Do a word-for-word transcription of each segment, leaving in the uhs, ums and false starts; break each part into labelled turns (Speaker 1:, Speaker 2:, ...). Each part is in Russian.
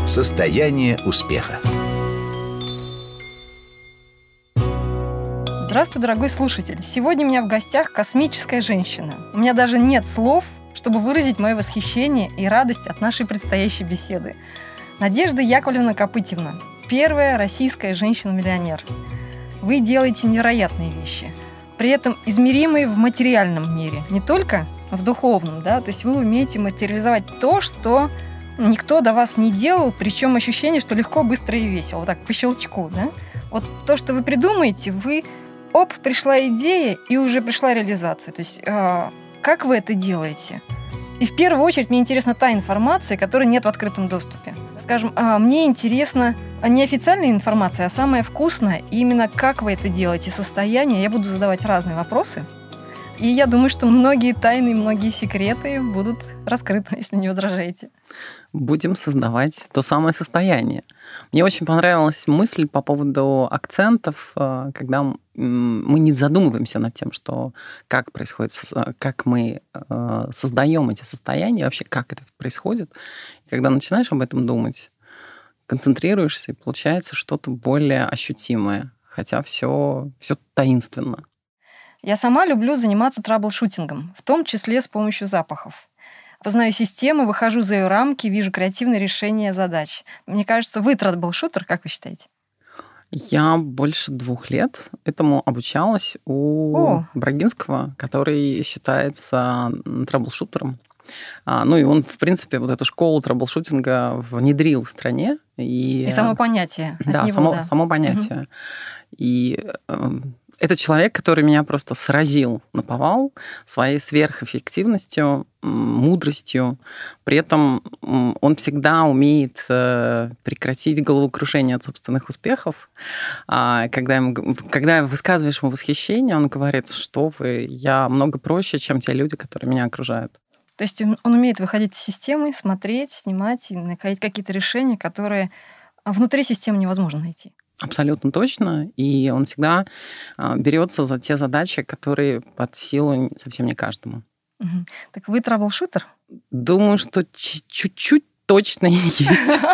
Speaker 1: Состояние успеха.
Speaker 2: Здравствуй, дорогой слушатель! Сегодня у меня в гостях космическая женщина. У меня даже нет слов, чтобы выразить мое восхищение и радость от нашей предстоящей беседы. Надежда Яковлевна Копытьевна, первая российская женщина-миллионер. Вы делаете невероятные вещи, при этом измеримые в материальном мире, не только в духовном, да, то есть вы умеете материализовать то, что никто до вас не делал, причем ощущение, что легко, быстро и весело, вот так, по щелчку, да. Вот то, что вы придумаете, вы, оп, пришла идея, и уже пришла реализация. То есть э, как вы это делаете? И в первую очередь мне интересна та информация, которой нет в открытом доступе. Скажем, э, мне интересна не официальная информация, а самая вкусная, и именно как вы это делаете, состояние. Я буду задавать разные вопросы. И я думаю, что многие тайны, многие секреты будут раскрыты, если не возражаете.
Speaker 3: Будем создавать то самое состояние. Мне очень понравилась мысль по поводу акцентов, когда мы не задумываемся над тем, что как происходит, как мы создаем эти состояния, вообще как это происходит. И когда начинаешь об этом думать, концентрируешься, и получается что-то более ощутимое, хотя все, все таинственно.
Speaker 2: Я сама люблю заниматься траблшутингом, в том числе с помощью запахов. Познаю систему, выхожу за ее рамки, вижу креативные решения задач. Мне кажется, вы траблшутер, как вы считаете?
Speaker 3: Я больше двух лет этому обучалась у О. Брагинского, который считается траблшутером. А, ну и он, в принципе, вот эту школу траблшутинга внедрил в стране. И,
Speaker 2: и само понятие.
Speaker 3: Да,
Speaker 2: него,
Speaker 3: само,
Speaker 2: да,
Speaker 3: само понятие. Угу. И э, это человек, который меня просто сразил наповал своей сверхэффективностью, мудростью. При этом он всегда умеет прекратить головокружение от собственных успехов. Когда, ему, когда высказываешь ему восхищение, он говорит, что вы, я много проще, чем те люди, которые меня окружают.
Speaker 2: То есть он умеет выходить из системы, смотреть, снимать и находить какие-то решения, которые внутри системы невозможно найти.
Speaker 3: Абсолютно точно. И он всегда берется за те задачи, которые под силу совсем не каждому.
Speaker 2: Угу. Так вы траблшутер?
Speaker 3: Думаю, что чуть-чуть точно есть.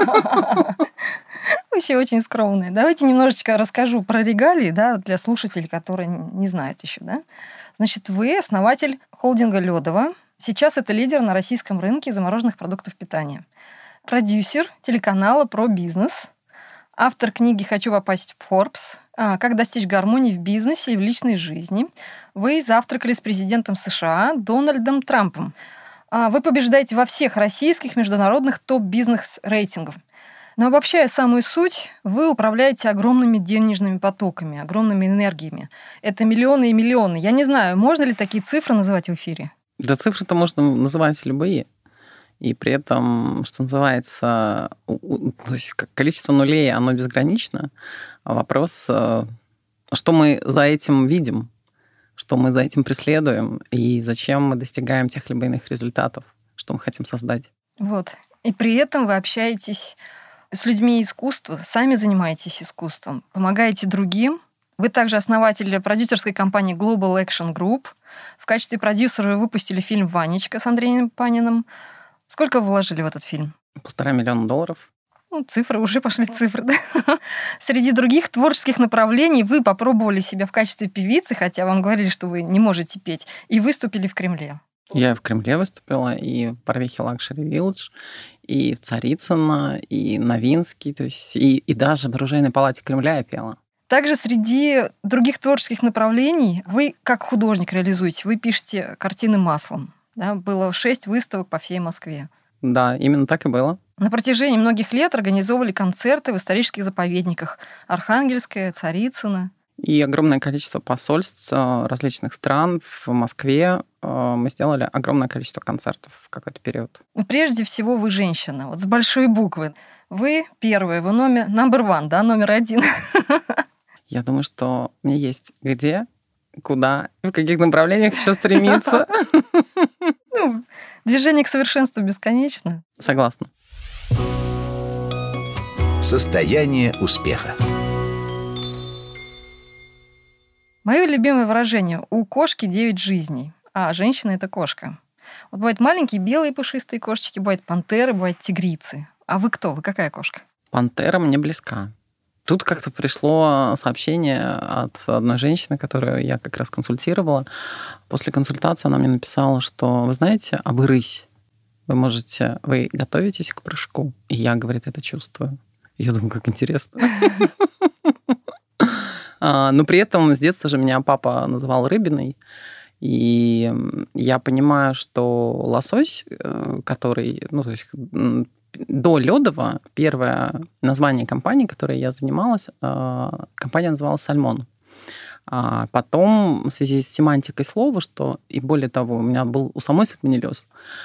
Speaker 2: Вообще очень скромные. Давайте немножечко расскажу про регалии, да, для слушателей, которые не знают еще, да. Значит, вы основатель холдинга Лёдово. Сейчас это лидер на российском рынке замороженных продуктов питания. Продюсер телеканала про бизнес. Автор книги «Хочу попасть в Forbes. Как достичь гармонии в бизнесе и в личной жизни». Вы завтракали с президентом США Дональдом Трампом. Вы побеждаете во всех российских международных топ-бизнес-рейтингах. Но обобщая самую суть, вы управляете огромными денежными потоками, огромными энергиями. Это миллионы и миллионы. Я не знаю, можно ли такие цифры называть в эфире?
Speaker 3: Да, цифры-то можно называть любые. И при этом, что называется, то есть количество нулей, оно безгранично. А вопрос, что мы за этим видим, что мы за этим преследуем, и зачем мы достигаем тех либо иных результатов, что мы хотим создать.
Speaker 2: Вот. И при этом вы общаетесь с людьми искусства, сами занимаетесь искусством, помогаете другим. Вы также основатель продюсерской компании Global Action Group. В качестве продюсера вы выпустили фильм «Ванечка» с Андреем Паниным. Сколько вы вложили в этот фильм?
Speaker 3: Полтора миллиона долларов.
Speaker 2: Ну, цифры, уже пошли цифры, да? Среди других творческих направлений вы попробовали себя в качестве певицы, хотя вам говорили, что вы не можете петь, и выступили в Кремле.
Speaker 3: Я в Кремле выступила, и в Парвихе Лакшери Вилледж, и в Царицыно, и Новинский, то есть и, и даже в оружейной палате Кремля я пела.
Speaker 2: Также среди других творческих направлений вы как художник реализуете, вы пишете картины маслом. Да, было шесть выставок по всей Москве.
Speaker 3: Да, именно так и было.
Speaker 2: На протяжении многих лет организовывали концерты в исторических заповедниках Архангельское, Царицыно.
Speaker 3: И огромное количество посольств различных стран в Москве. Мы сделали огромное количество концертов в какой-то период.
Speaker 2: Но прежде всего вы женщина, вот с большой буквы. Вы первая, вы номер number one, да, номер один.
Speaker 3: Я думаю, что мне есть где, куда, в каких направлениях еще стремиться.
Speaker 2: Ну, движение к совершенству бесконечно.
Speaker 3: Согласна.
Speaker 1: Состояние успеха.
Speaker 2: Мое любимое выражение: у кошки девять жизней, а женщина — это кошка. Вот бывают маленькие белые пушистые кошечки, бывают пантеры, бывают тигрицы. А вы кто? Вы какая кошка?
Speaker 3: Пантера мне близка. Тут как-то пришло сообщение от одной женщины, которую я как раз консультировала. После консультации она мне написала, что, вы знаете, а вы рысь. Вы можете, вы готовитесь к прыжку. И я, говорит, это чувствую. Я думаю, как интересно. Но при этом с детства же меня папа называл рыбиной. И я понимаю, что лосось, который, ну, то есть до Лёдова, первое название компании, которой я занималась, компания называлась «Сальмон». А потом, в связи с семантикой слова, что, и более того, у меня был у самой сальмонеллез,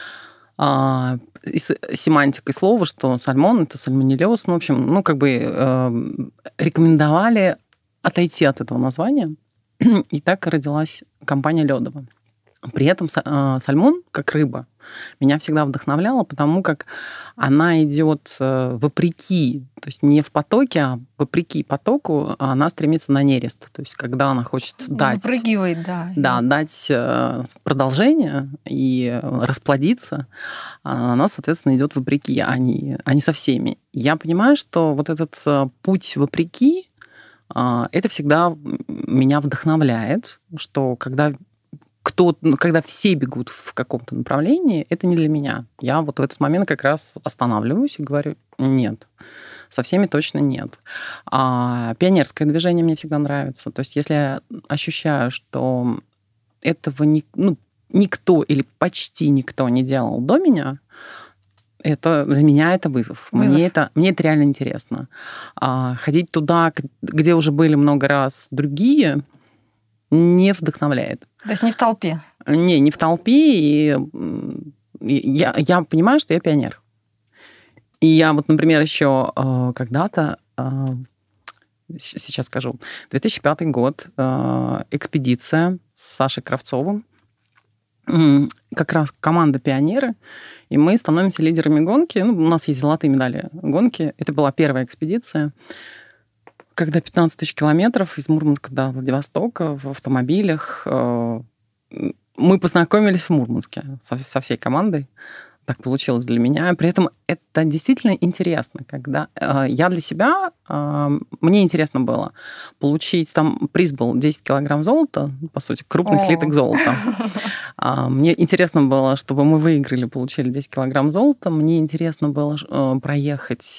Speaker 3: а, и с семантикой слова, что сальмон – это сальмонеллез, ну, в общем, ну, как бы э, рекомендовали отойти от этого названия, и так родилась компания Лёдова. При этом сальмон, как рыба, меня всегда вдохновляла, потому как она идет вопреки, то есть не в потоке, а вопреки потоку, она стремится на нерест. То есть когда она хочет дать...
Speaker 2: Выпрыгивает, да.
Speaker 3: Да, дать продолжение и расплодиться, она, соответственно, идет вопреки, а не, а не со всеми. Я понимаю, что вот этот путь вопреки, это всегда меня вдохновляет, что когда... Кто, ну, когда все бегут в каком-то направлении, это не для меня. Я вот в этот момент как раз останавливаюсь и говорю, нет, со всеми точно нет. А пионерское движение мне всегда нравится. То есть если я ощущаю, что этого не, ну, никто или почти никто не делал до меня, это, для меня это вызов. вызов. Мне, это, мне это реально интересно. А ходить туда, где уже были много раз другие, не вдохновляет.
Speaker 2: То есть не в толпе?
Speaker 3: Не, не в толпе. И я, я понимаю, что я пионер. И я вот, например, еще когда-то, сейчас скажу, две тысячи пятый год, экспедиция с Сашей Кравцовым, как раз команда «Пионеры», и мы становимся лидерами гонки. Ну, у нас есть золотые медали гонки. Это была первая экспедиция, когда пятнадцать тысяч километров из Мурманска до Владивостока в автомобилях. Мы познакомились в Мурманске со, со всей командой. Так получилось для меня. При этом это действительно интересно, когда я для себя, мне интересно было получить, там приз был десять килограмм золота, по сути, крупный О. слиток золота. Мне интересно было, чтобы мы выиграли, получили десять килограмм золота. Мне интересно было проехать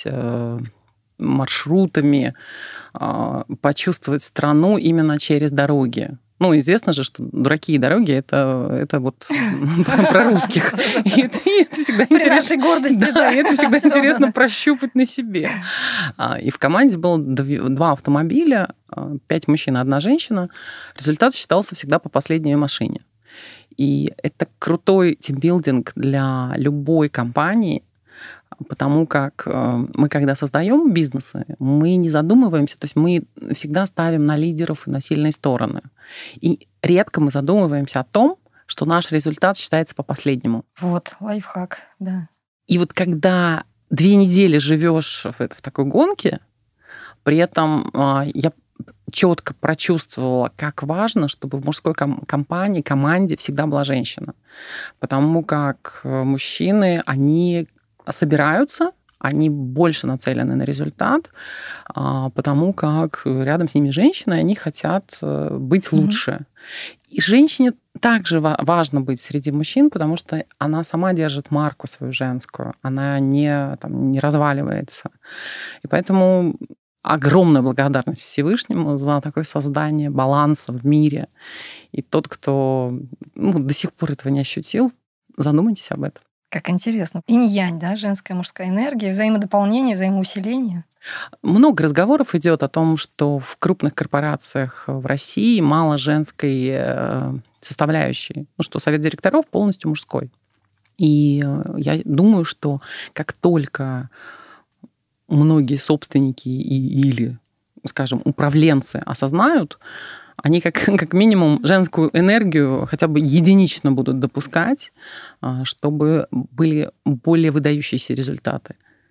Speaker 3: маршрутами, почувствовать страну именно через дороги. Ну, известно же, что дураки и дороги это, это вот про русских. И это, и это всегда
Speaker 2: При
Speaker 3: интересно.
Speaker 2: нашей гордости.
Speaker 3: Да, это всегда интересно прощупать на себе. И в команде было два автомобиля, пять мужчин и одна женщина. Результат считался всегда по последней машине. И это крутой тимбилдинг для любой компании, потому как мы, когда создаем бизнесы, мы не задумываемся, то есть мы всегда ставим на лидеров и на сильные стороны. И редко мы задумываемся о том, что наш результат считается по последнему.
Speaker 2: Вот, лайфхак, да.
Speaker 3: И вот когда две недели живешь в, в такой гонке, при этом я четко прочувствовала, как важно, чтобы в мужской ком- компании, команде всегда была женщина. Потому как мужчины, они собираются, они больше нацелены на результат, потому как рядом с ними женщины, они хотят быть лучше. Mm-hmm. И женщине также важно быть среди мужчин, потому что она сама держит марку свою женскую, она не, там, не разваливается. И поэтому огромная благодарность Всевышнему за такое создание баланса в мире. И тот, кто ну, до сих пор этого не ощутил, задумайтесь об этом.
Speaker 2: Как интересно. Инь-янь, да, женская, мужская энергия, взаимодополнение, взаимоусиление.
Speaker 3: Много разговоров идет о том, что в крупных корпорациях в России мало женской составляющей, ну, что совет директоров полностью мужской. И я думаю, что как только многие собственники и, или, скажем, управленцы осознают, они как, как минимум женскую энергию хотя бы единично будут допускать, чтобы были более выдающиеся результаты.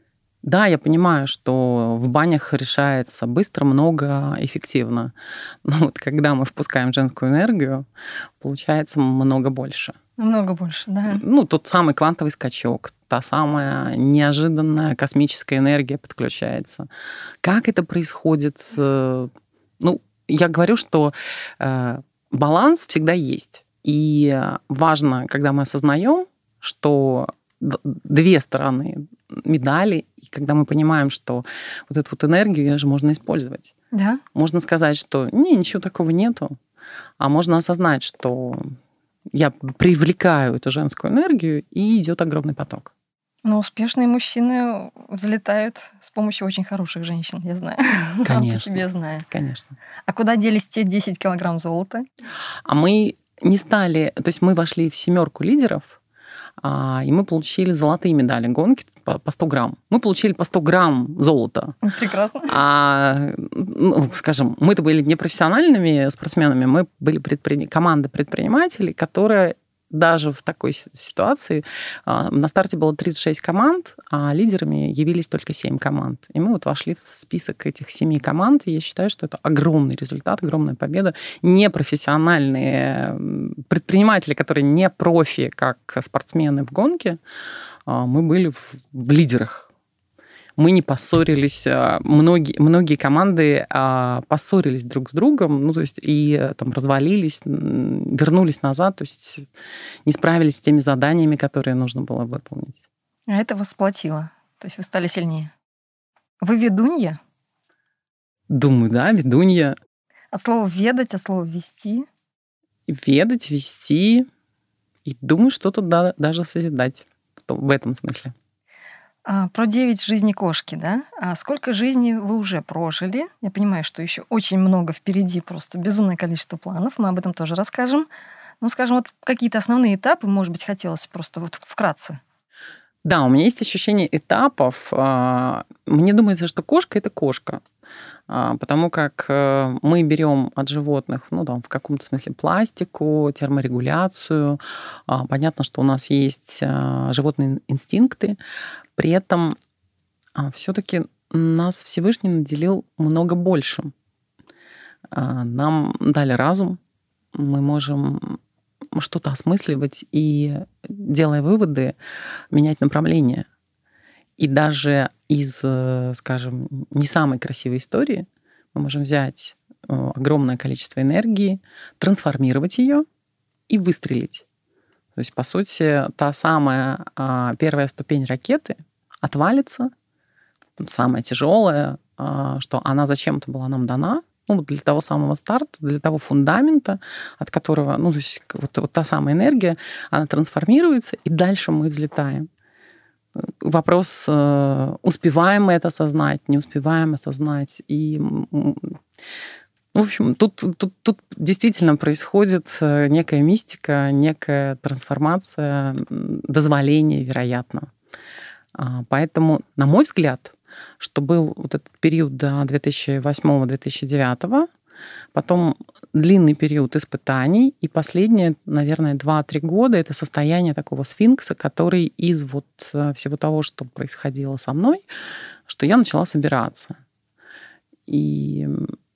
Speaker 3: Да, я понимаю, что в банях решается быстро, много, эффективно. Но вот когда мы впускаем женскую энергию, получается много больше.
Speaker 2: Много больше, да.
Speaker 3: Ну, тот самый квантовый скачок, та самая неожиданная космическая энергия подключается. Как это происходит? Ну, я говорю, что э, баланс всегда есть. И важно, когда мы осознаем, что две стороны медали, и когда мы понимаем, что вот эту вот энергию ее же можно использовать.
Speaker 2: Да.
Speaker 3: Можно сказать, что не, ничего такого нету, а можно осознать, что я привлекаю эту женскую энергию, и идет огромный поток.
Speaker 2: Но успешные мужчины взлетают с помощью очень хороших женщин, я знаю.
Speaker 3: Конечно.
Speaker 2: По себе знаю.
Speaker 3: Конечно.
Speaker 2: А куда делись те десять килограмм золота?
Speaker 3: А мы не стали... То есть мы вошли в семерку лидеров, и мы получили золотые медали гонки по сто грамм. Мы получили по сто грамм золота.
Speaker 2: Прекрасно.
Speaker 3: А, ну, скажем, мы-то были не профессиональными спортсменами, мы были предпри... команда предпринимателей, которая даже в такой ситуации на старте было тридцать шесть команд, а лидерами явились только семь команд. И мы вот вошли в список этих семи команд, и я считаю, что это огромный результат, огромная победа. Непрофессиональные предприниматели, которые не профи, как спортсмены в гонке, мы были в лидерах. Мы не поссорились, многие, многие команды поссорились друг с другом, ну, то есть и там развалились, вернулись назад, то есть не справились с теми заданиями, которые нужно было выполнить.
Speaker 2: А это вас сплотило, то есть вы стали сильнее. Вы ведунья?
Speaker 3: Думаю, да, ведунья.
Speaker 2: От слова «ведать», от слова «вести».
Speaker 3: Ведать, вести, и думаю, что-то да, даже созидать в этом смысле.
Speaker 2: А, про девять жизней кошки, да? А сколько жизней вы уже прожили? Я понимаю, что еще очень много впереди, просто безумное количество планов. Мы об этом тоже расскажем. Ну, скажем, вот какие-то основные этапы, может быть, хотелось просто вот вкратце.
Speaker 3: Да, у меня есть ощущение этапов. Мне думается, что кошка — это кошка. Потому как мы берем от животных, ну, там, в каком-то смысле пластику, терморегуляцию. Понятно, что у нас есть животные инстинкты. При этом все-таки нас Всевышний наделил много большим. Нам дали разум, мы можем что-то осмысливать и, делая выводы, менять направление. И даже из, скажем, не самой красивой истории мы можем взять огромное количество энергии, трансформировать ее и выстрелить. То есть, по сути, та самая первая ступень ракеты отвалится, самая тяжелая, что она зачем-то была нам дана, ну, для того самого старта, для того фундамента, от которого, ну, то есть вот, вот та самая энергия, она трансформируется, и дальше мы взлетаем. Вопрос, успеваем мы это осознать, не успеваем осознать. И, ну, в общем, тут, тут, тут действительно происходит некая мистика, некая трансформация, дозволение, вероятно. Поэтому, на мой взгляд, что был вот этот период до две тысячи восьмого — две тысячи девятого, потом длинный период испытаний, и последние, наверное, два-три года это состояние такого сфинкса, который из вот всего того, что происходило со мной, что я начала собираться. И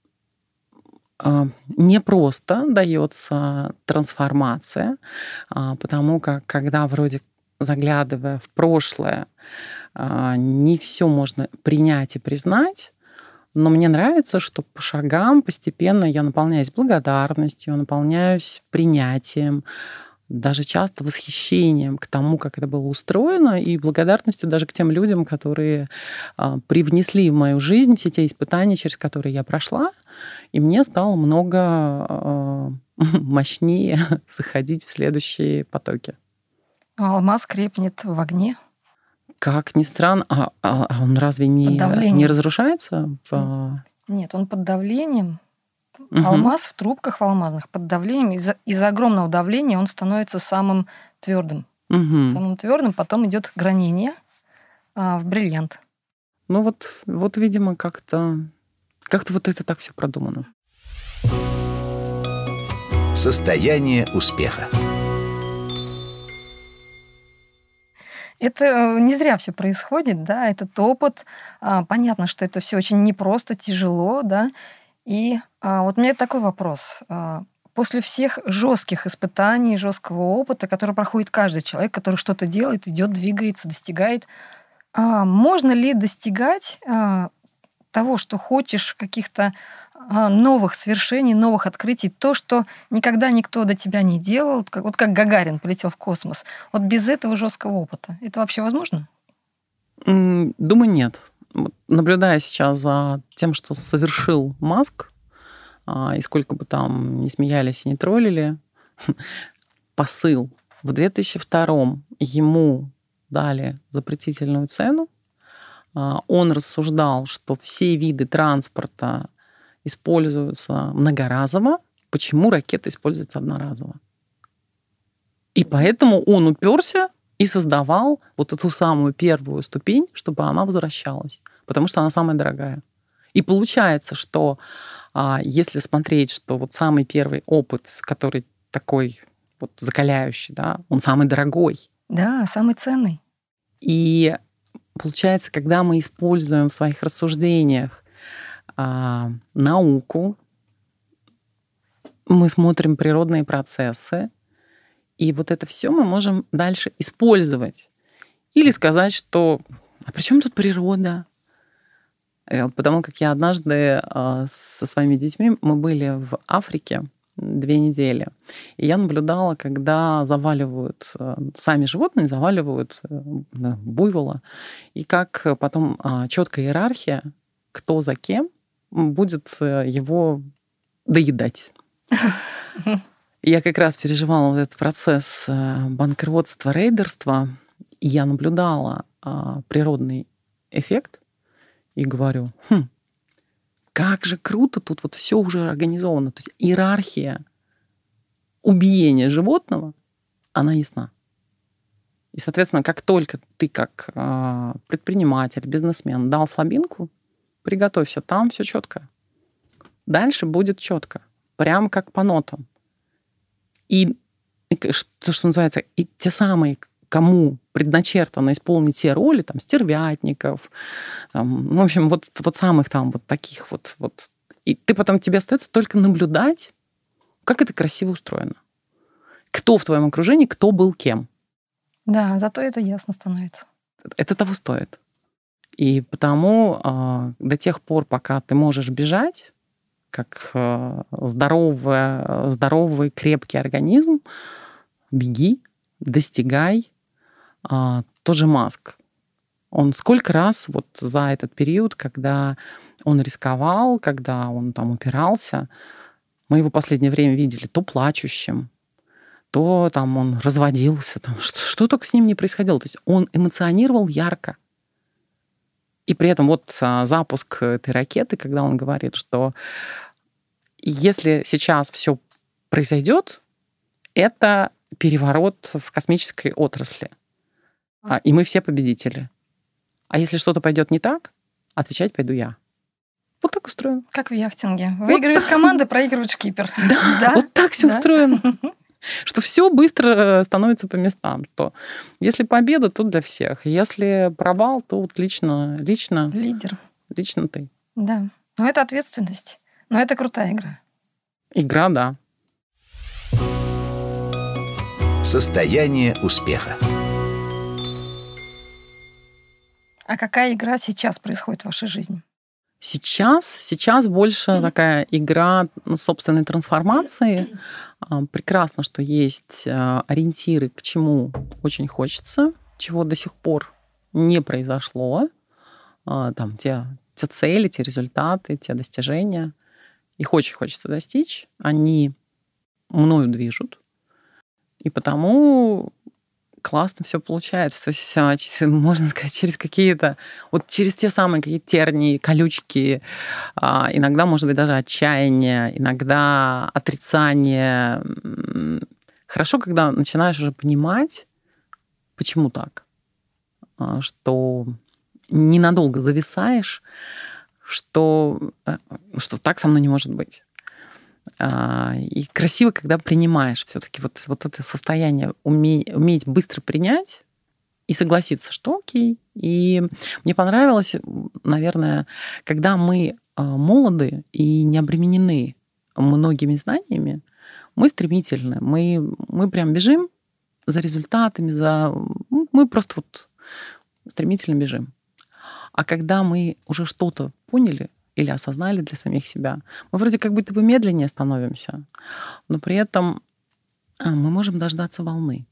Speaker 3: не просто дается трансформация, потому как когда вроде заглядывая в прошлое, не все можно принять и признать, но мне нравится, что по шагам постепенно я наполняюсь благодарностью, наполняюсь принятием, даже часто восхищением к тому, как это было устроено, и благодарностью даже к тем людям, которые привнесли в мою жизнь все те испытания, через которые я прошла, и мне стало много мощнее заходить в следующие потоки.
Speaker 2: Алмаз крепнет в огне.
Speaker 3: Как ни странно, а, а он разве не, не разрушается? В...
Speaker 2: Нет, он под давлением. Угу. Алмаз в трубках в алмазных под давлением. Из-за, из-за огромного давления он становится самым твердым. Угу. Самым твердым, потом идет гранение а, в бриллиант.
Speaker 3: Ну вот, вот, видимо, как-то, как-то вот это так все продумано.
Speaker 1: Состояние успеха.
Speaker 2: Это не зря все происходит, да, этот опыт. А, понятно, что это все очень непросто, тяжело, да. И а, вот у меня такой вопрос. А, после всех жестких испытаний, жесткого опыта, который проходит каждый человек, который что-то делает, идет, двигается, достигает, а, можно ли достигать а, того, что хочешь, каких-то а, новых свершений, новых открытий, то, что никогда никто до тебя не делал, как, вот как Гагарин полетел в космос, вот без этого жесткого опыта, это вообще возможно?
Speaker 3: М, Думаю, нет. Вот наблюдая сейчас за тем, что совершил Маск, а, и сколько бы там ни смеялись и не троллили, посыл. В две тысячи втором ему дали запретительную цену. А, Он рассуждал, что все виды транспорта используются многоразово. Почему ракета используется одноразово? И поэтому он уперся и создавал вот эту самую первую ступень, чтобы она возвращалась, потому что она самая дорогая. И получается, что а, если смотреть, что вот самый первый опыт, который такой вот закаляющий, да, он самый дорогой.
Speaker 2: Да, самый ценный.
Speaker 3: И получается, когда мы используем в своих рассуждениях а, науку, мы смотрим природные процессы, и вот это все мы можем дальше использовать. Или сказать, что а при чем тут природа? Э, Потому как я однажды а, со своими детьми, мы были в Африке две недели, и я наблюдала, когда заваливают, э, сами животные заваливают э, да, буйвола, и как потом четкая иерархия, кто за кем будет э, его доедать. И я как раз переживала вот этот процесс э, банкротства, рейдерства, и я наблюдала а, природный эффект и говорю, хм, как же круто тут вот все уже организовано. То есть иерархия убиения животного, она ясна. И, соответственно, как только ты как а, предприниматель, бизнесмен дал слабинку, приготовься, там все четко. Дальше будет четко, прям как по нотам. И то, что называется, и те самые, кому предначертано исполнить те роли, там, стервятников, там, ну, в общем, вот, вот самых там вот таких вот, вот. И ты потом, тебе остается только наблюдать, как это красиво устроено. Кто в твоем окружении, кто был кем.
Speaker 2: Да, зато это ясно становится.
Speaker 3: Это того стоит. И потому э, до тех пор, пока ты можешь бежать, как э, здоровый, здоровый, крепкий организм, беги, достигай. А, тот же Маск. Он сколько раз вот за этот период, когда он рисковал, когда он там упирался, мы его в последнее время видели то плачущим, то там он разводился, там, что, что только с ним не происходило. То есть он эмоционировал ярко. И при этом вот а, запуск этой ракеты, когда он говорит, что если сейчас все произойдет, это переворот в космической отрасли. А, и мы все победители. А если что-то пойдет не так, отвечать пойду я. Вот так устроено.
Speaker 2: Как в яхтинге. Выигрывает команда, проигрывает шкипер.
Speaker 3: Да, вот так все устроено. Что все быстро становится по местам. Что если победа, то для всех. Если провал, то вот лично, лично,
Speaker 2: Лидер.
Speaker 3: лично ты.
Speaker 2: Да. Но это ответственность. Но это крутая игра.
Speaker 3: Игра, да.
Speaker 1: Состояние успеха.
Speaker 2: А какая игра сейчас происходит в вашей жизни?
Speaker 3: Сейчас, сейчас больше mm-hmm. такая игра собственной трансформации. Прекрасно, что есть ориентиры, к чему очень хочется, чего до сих пор не произошло. Там те, те цели, те результаты, те достижения. Их очень хочется достичь. Они мною движут. И потому классно все получается. То есть, можно сказать, через какие-то, вот через те самые какие-то тернии, колючки, иногда, может быть, даже отчаяние, иногда отрицание. Хорошо, когда начинаешь уже понимать, почему так. Что ненадолго зависаешь, что, что так со мной не может быть. И красиво, когда принимаешь все-таки вот, вот это состояние, уметь, уметь быстро принять и согласиться, что окей. И мне понравилось, наверное, когда мы молоды и не обременены многими знаниями, мы стремительны, мы, мы прям бежим за результатами, за... мы просто вот стремительно бежим. А когда мы уже что-то поняли или осознали для самих себя, мы вроде как будто бы медленнее становимся, но при этом мы можем дождаться волны.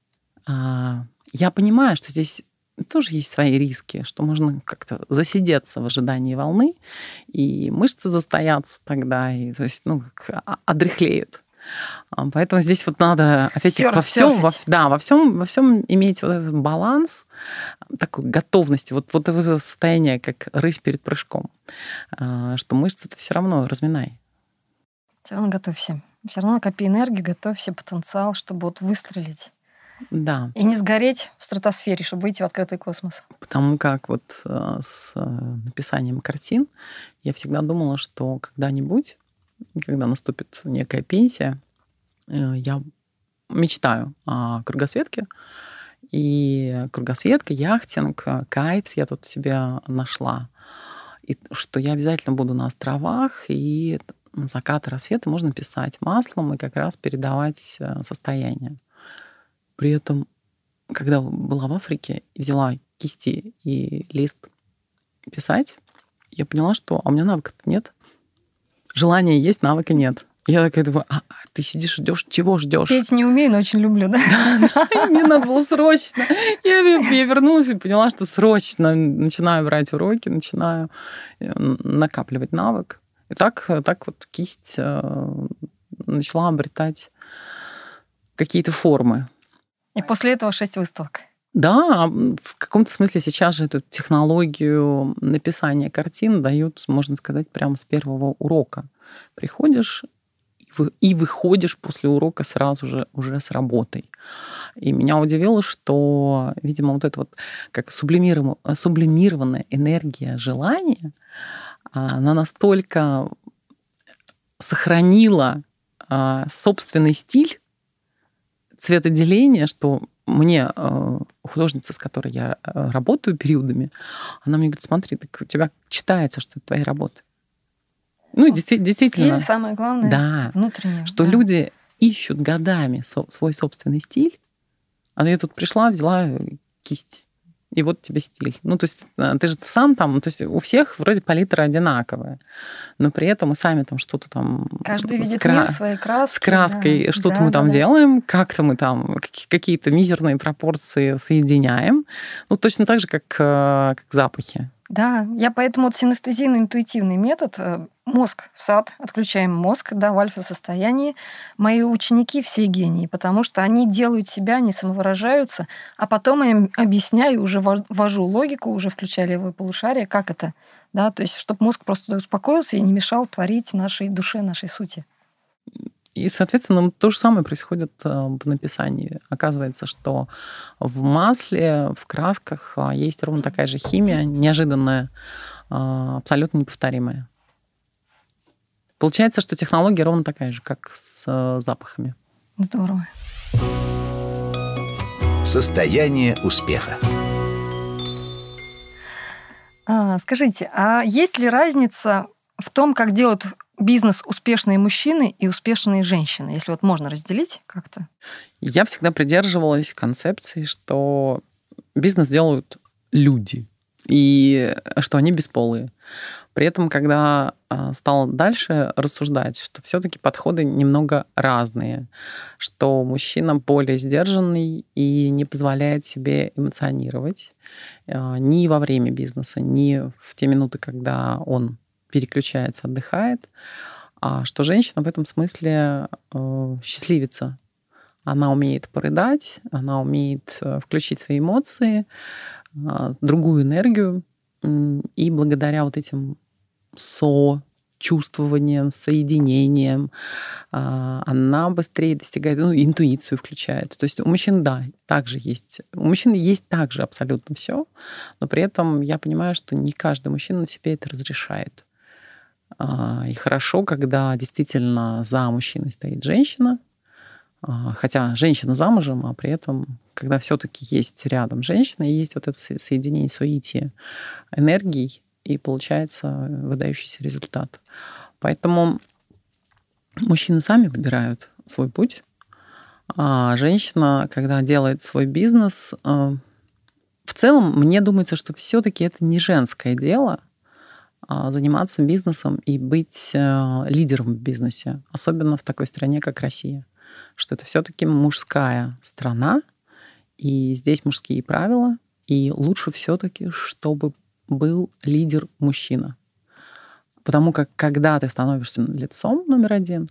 Speaker 3: Я понимаю, что здесь тоже есть свои риски, что можно как-то засидеться в ожидании волны, и мышцы застоятся тогда, и, то есть, ну, одряхлеют. Поэтому здесь вот надо опять во всем, во, да, во всем, во всем иметь вот этот баланс, такой готовности, вот, вот это состояние, как рысь перед прыжком, что мышцы-то все равно разминай.
Speaker 2: Все равно готовься. Все равно копи энергию, готовься, потенциал, чтобы вот выстрелить.
Speaker 3: Да.
Speaker 2: И не сгореть в стратосфере, чтобы выйти в открытый космос.
Speaker 3: Потому как вот с написанием картин я всегда думала, что когда-нибудь, когда наступит некая пенсия, я мечтаю о кругосветке. И кругосветка, яхтинг, кайт я тут себе нашла. И что я обязательно буду на островах, и закаты, рассветы можно писать маслом и как раз передавать состояние. При этом, когда была в Африке, взяла кисти и лист писать, я поняла, что а у меня навыка-то нет. Желания есть, навыка нет. Я такая думаю, а ты сидишь, ждешь, чего ждешь?
Speaker 2: Петь не умею, но очень люблю, да?
Speaker 3: Да, да, мне надо было срочно. Я, я вернулась и поняла, что срочно начинаю брать уроки, начинаю накапливать навык. И так, так вот кисть начала обретать какие-то формы.
Speaker 2: И после этого шесть выставок.
Speaker 3: Да, в каком-то смысле сейчас же эту технологию написания картин дают, можно сказать, прямо с первого урока. Приходишь и выходишь после урока сразу же уже с работой. И меня удивило, что, видимо, вот эта вот как сублимированная энергия желания, она настолько сохранила собственный стиль цветоделения, что мне художница, с которой я работаю периодами, она мне говорит, смотри, так у тебя читается, что это твои работы. Ну, вот действительно.
Speaker 2: Стиль, самое главное,
Speaker 3: да,
Speaker 2: внутреннее.
Speaker 3: что
Speaker 2: да.
Speaker 3: люди ищут годами со- свой собственный стиль, а я тут пришла, взяла кисть, и вот тебе стиль. Ну, то есть ты же сам там, то есть у всех вроде палитра одинаковая, но при этом мы сами там что-то там...
Speaker 2: Каждый видит
Speaker 3: кра...
Speaker 2: мир своей краской.
Speaker 3: С краской,
Speaker 2: да.
Speaker 3: что-то
Speaker 2: да,
Speaker 3: мы там
Speaker 2: да,
Speaker 3: делаем, как-то мы там какие-то мизерные пропорции соединяем. Ну, точно так же, как, как запахи.
Speaker 2: Да, я поэтому вот синестезийно-интуитивный метод, мозг в сад, отключаем мозг, да, в альфа-состоянии. Мои ученики все гении, потому что они делают себя, они самовыражаются, а потом я им объясняю, уже ввожу логику, уже включая левое полушарие, как это, да, то есть чтобы мозг просто успокоился и не мешал творить нашей душе, нашей сути.
Speaker 3: И, соответственно, то же самое происходит в написании. Оказывается, что в масле, в красках есть ровно такая же химия, неожиданная, абсолютно неповторимая. Получается, что технология ровно такая же, как с запахами.
Speaker 2: Здорово.
Speaker 1: Состояние успеха.
Speaker 2: А, скажите, а есть ли разница в том, как делают бизнес успешные мужчины и успешные женщины, если вот можно разделить как-то?
Speaker 3: Я всегда придерживалась концепции, что бизнес делают люди, и что они бесполые. При этом, когда стала дальше рассуждать, что все-таки подходы немного разные, что мужчина более сдержанный и не позволяет себе эмоционировать ни во время бизнеса, ни в те минуты, когда он переключается, отдыхает, а что женщина в этом смысле э, счастливица. Она умеет порыдать, она умеет включить свои эмоции, э, другую энергию, э, и благодаря вот этим сочувствованием, соединением э, она быстрее достигает, ну, интуицию включает. То есть у мужчин, да, также есть. У мужчин есть также абсолютно все, но при этом я понимаю, что не каждый мужчина на себе это разрешает. И хорошо, когда действительно за мужчиной стоит женщина, Хотя женщина замужем, а при этом, когда все-таки есть рядом женщина, и есть вот это соединение суети энергий, и получается выдающийся результат. Поэтому мужчины сами выбирают свой путь, а женщина, когда делает свой бизнес, в целом, мне думается, что все-таки это не женское дело заниматься бизнесом и быть лидером в бизнесе, особенно в такой стране, как Россия, что это все-таки мужская страна, и здесь мужские правила, и лучше все-таки, чтобы был лидер-мужчина. Потому как когда ты становишься лицом номер один,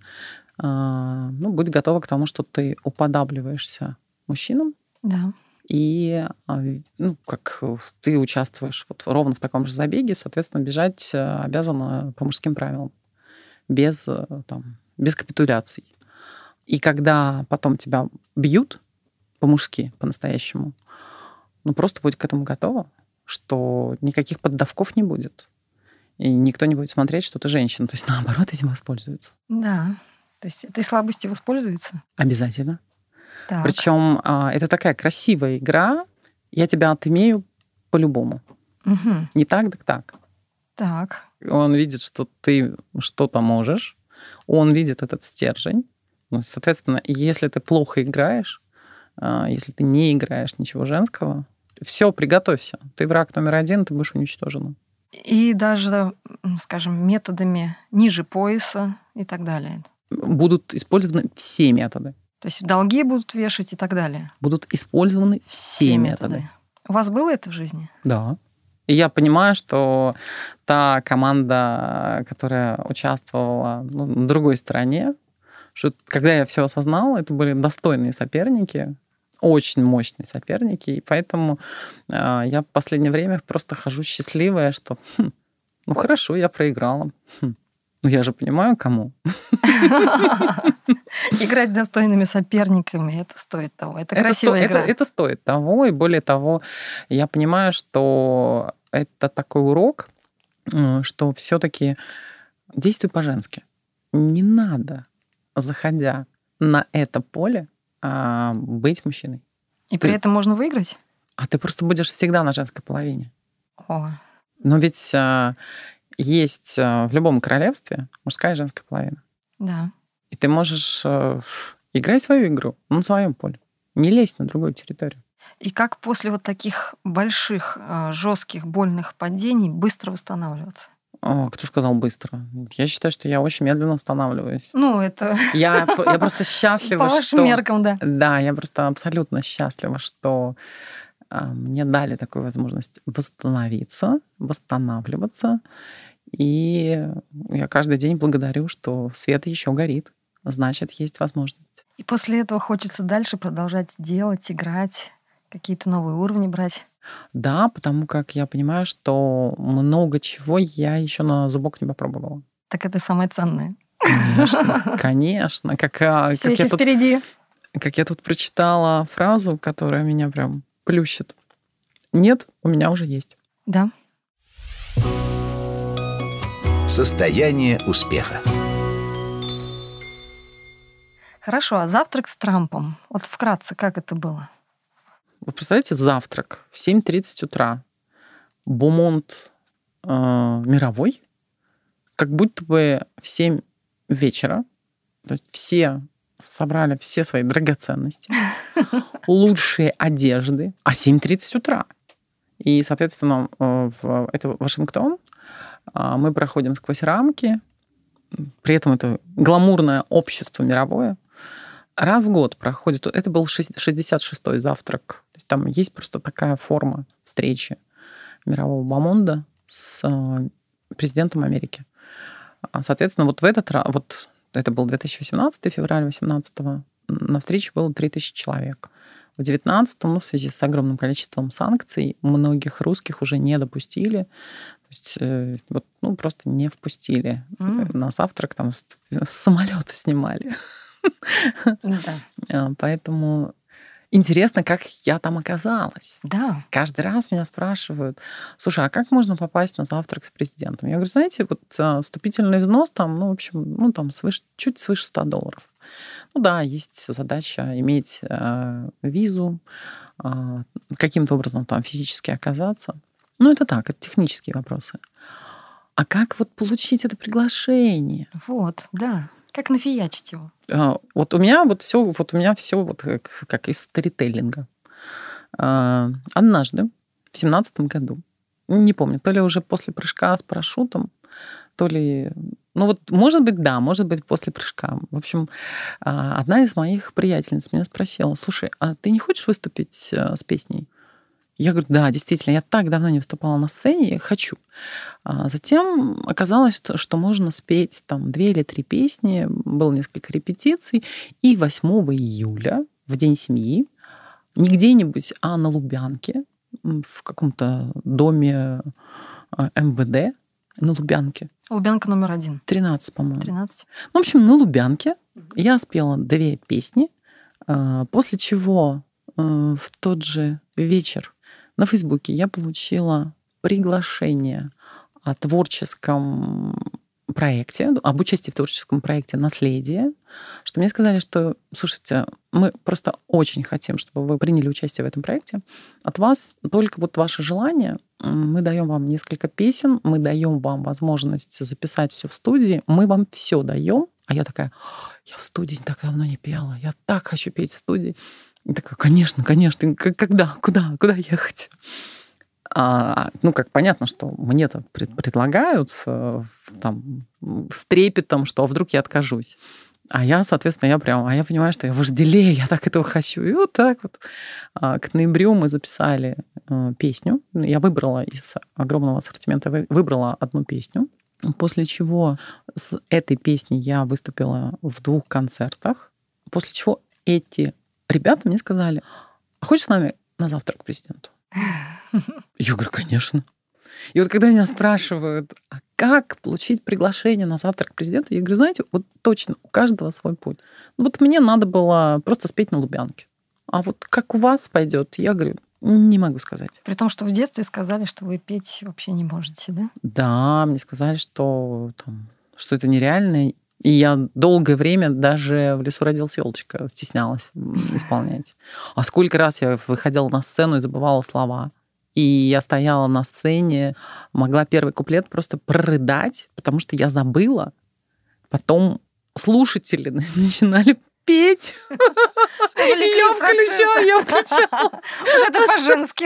Speaker 3: ну, будь готова к тому, что ты уподабливаешься мужчинам.
Speaker 2: Да.
Speaker 3: И, ну, как ты участвуешь вот ровно в таком же забеге, соответственно, бежать обязана по мужским правилам, без, там, без капитуляций. И когда потом тебя бьют по-мужски, по-настоящему, ну, просто будь к этому готова, что никаких поддавков не будет. И никто не будет смотреть, что ты женщина. То есть, наоборот, этим воспользуются.
Speaker 2: Да. То есть этой слабостью воспользуются?
Speaker 3: Обязательно.
Speaker 2: Так.
Speaker 3: Причем это такая красивая игра. Я тебя отымею по-любому.
Speaker 2: Угу.
Speaker 3: Не так, так так.
Speaker 2: Так.
Speaker 3: Он видит, что ты что-то можешь. Он видит этот стержень. Ну, соответственно, если ты плохо играешь, если ты не играешь ничего женского, все, приготовься. Ты враг номер один, ты будешь уничтожена.
Speaker 2: И даже, скажем, методами ниже пояса и так далее.
Speaker 3: Будут использованы все методы.
Speaker 2: То есть долги будут вешать и так далее.
Speaker 3: Будут использованы все, все методы.
Speaker 2: методы. У вас было это в жизни?
Speaker 3: Да. И я понимаю, что та команда, которая участвовала, ну, на другой стороне, что когда я все осознала, это были достойные соперники, очень мощные соперники, и поэтому э, я в последнее время просто хожу счастливая, что хм, ну хорошо, я проиграла. Хм. Ну, я же понимаю, кому.
Speaker 2: Играть с достойными соперниками, это стоит того. Это, это красивая
Speaker 3: сто,
Speaker 2: игра.
Speaker 3: Это, это стоит того, и более того, я понимаю, что это такой урок, что все-таки действуй по-женски. Не надо, заходя на это поле, быть мужчиной.
Speaker 2: И при ты... этом можно выиграть?
Speaker 3: А ты просто будешь всегда на женской половине.
Speaker 2: О.
Speaker 3: Но ведь есть в любом королевстве мужская и женская половина.
Speaker 2: Да.
Speaker 3: И ты можешь э, играть свою игру на своем поле, не лезть на другую территорию.
Speaker 2: И как после вот таких больших, жестких, больных падений быстро восстанавливаться?
Speaker 3: О, кто сказал быстро? Я считаю, что я очень медленно восстанавливаюсь.
Speaker 2: Ну, это...
Speaker 3: Я, я просто счастлива,
Speaker 2: что... По вашим меркам, да.
Speaker 3: Да, я просто абсолютно счастлива, что мне дали такую возможность восстановиться, восстанавливаться. И я каждый день благодарю, что свет еще горит. Значит, есть возможность.
Speaker 2: И после этого хочется дальше продолжать делать, играть, какие-то новые уровни брать.
Speaker 3: Да, потому как я понимаю, что много чего я еще на зубок не попробовала.
Speaker 2: Так это самое ценное.
Speaker 3: Конечно, конечно. Как, как,
Speaker 2: Все
Speaker 3: я
Speaker 2: еще
Speaker 3: тут,
Speaker 2: впереди.
Speaker 3: Как я тут прочитала фразу, которая меня прям плющит. Нет, у меня уже есть.
Speaker 2: Да.
Speaker 1: Состояние успеха.
Speaker 2: Хорошо, а завтрак с Трампом? Вот вкратце, как это было?
Speaker 3: Вы представляете, завтрак в семь тридцать утра. Бомонд э, мировой. Как будто бы в семь вечера. То есть все собрали все свои драгоценности, лучшие одежды, а семь тридцать утра. И, соответственно, в это Вашингтон. Мы проходим сквозь рамки. При этом это гламурное общество мировое. Раз в год проходит... Это был шестьдесят шестой завтрак. То есть там есть просто такая форма встречи мирового бомонда с президентом Америки. Соответственно, вот в этот раз... Вот это был две тысячи восемнадцатый, февраль восемнадцатого. На встрече было три тысячи человек. В девятнадцатом, ну, в связи с огромным количеством санкций, многих русских уже не допустили. То есть, э, вот, ну, просто не впустили. Mm. На завтрак там с, с самолета снимали.
Speaker 2: Да.
Speaker 3: Поэтому интересно, как я там оказалась.
Speaker 2: Да.
Speaker 3: Каждый раз меня спрашивают, слушай, а как можно попасть на завтрак с президентом? Я говорю, знаете, вот вступительный взнос там, ну, в общем, ну, там свыше, чуть свыше ста долларов. Ну да, есть задача иметь э, визу, э, каким-то образом там физически оказаться. Ну, это так, это технические вопросы. А как вот получить это приглашение?
Speaker 2: Вот, да. Как нафиячить его?
Speaker 3: Вот у меня вот все, вот у меня все вот как, как из сторителлинга. Однажды в семнадцатом году, не помню, то ли уже после прыжка с парашютом, то ли, ну вот, может быть, да, может быть, после прыжка. В общем, одна из моих приятельниц меня спросила: слушай, а ты не хочешь выступить с песней? Я говорю, да, действительно, я так давно не выступала на сцене, хочу. А затем оказалось, что, что можно спеть там две или три песни, было несколько репетиций, и восьмого июля, в День семьи, не где-нибудь, а на Лубянке, в каком-то доме эм вэ дэ, на Лубянке.
Speaker 2: Лубянка номер один.
Speaker 3: тринадцать, по-моему.
Speaker 2: тринадцать.
Speaker 3: Ну, в общем, на Лубянке я спела две песни, после чего в тот же вечер на Фейсбуке я получила приглашение о творческом проекте, об участии в творческом проекте «Наследие», что мне сказали, что, слушайте, мы просто очень хотим, чтобы вы приняли участие в этом проекте. От вас только вот ваше желание. Мы даем вам несколько песен, мы даем вам возможность записать все в студии, мы вам все даем. А я такая, я в студии так давно не пела, я так хочу петь в студии. И такая, конечно, конечно, когда, куда, куда ехать? А, ну, как понятно, что мне-то пред, предлагают с, там, с трепетом, что вдруг я откажусь. А я, соответственно, я прям, а я понимаю, что я вожделею, я так этого хочу. И вот так вот. А, к ноябрю мы записали э, песню. Я выбрала из огромного ассортимента, выбрала одну песню. После чего с этой песней я выступила в двух концертах. После чего эти ребята мне сказали, а хочешь с нами на завтрак к президенту? Я говорю, конечно. И вот когда меня спрашивают, а как получить приглашение на завтрак к президенту, я говорю, знаете, вот точно, у каждого свой путь. Вот мне надо было просто спеть на Лубянке. А вот как у вас пойдет, я говорю, не могу сказать.
Speaker 2: При том, что в детстве сказали, что вы петь вообще не можете, да?
Speaker 3: Да, мне сказали, что, там, что это нереально. И я долгое время даже в «Лесу родилась елочка» стеснялась исполнять. А сколько раз я выходила на сцену и забывала слова. И я стояла на сцене, могла первый куплет просто прорыдать, потому что я забыла. Потом слушатели начинали петь. И я включала, я включала.
Speaker 2: Это по-женски.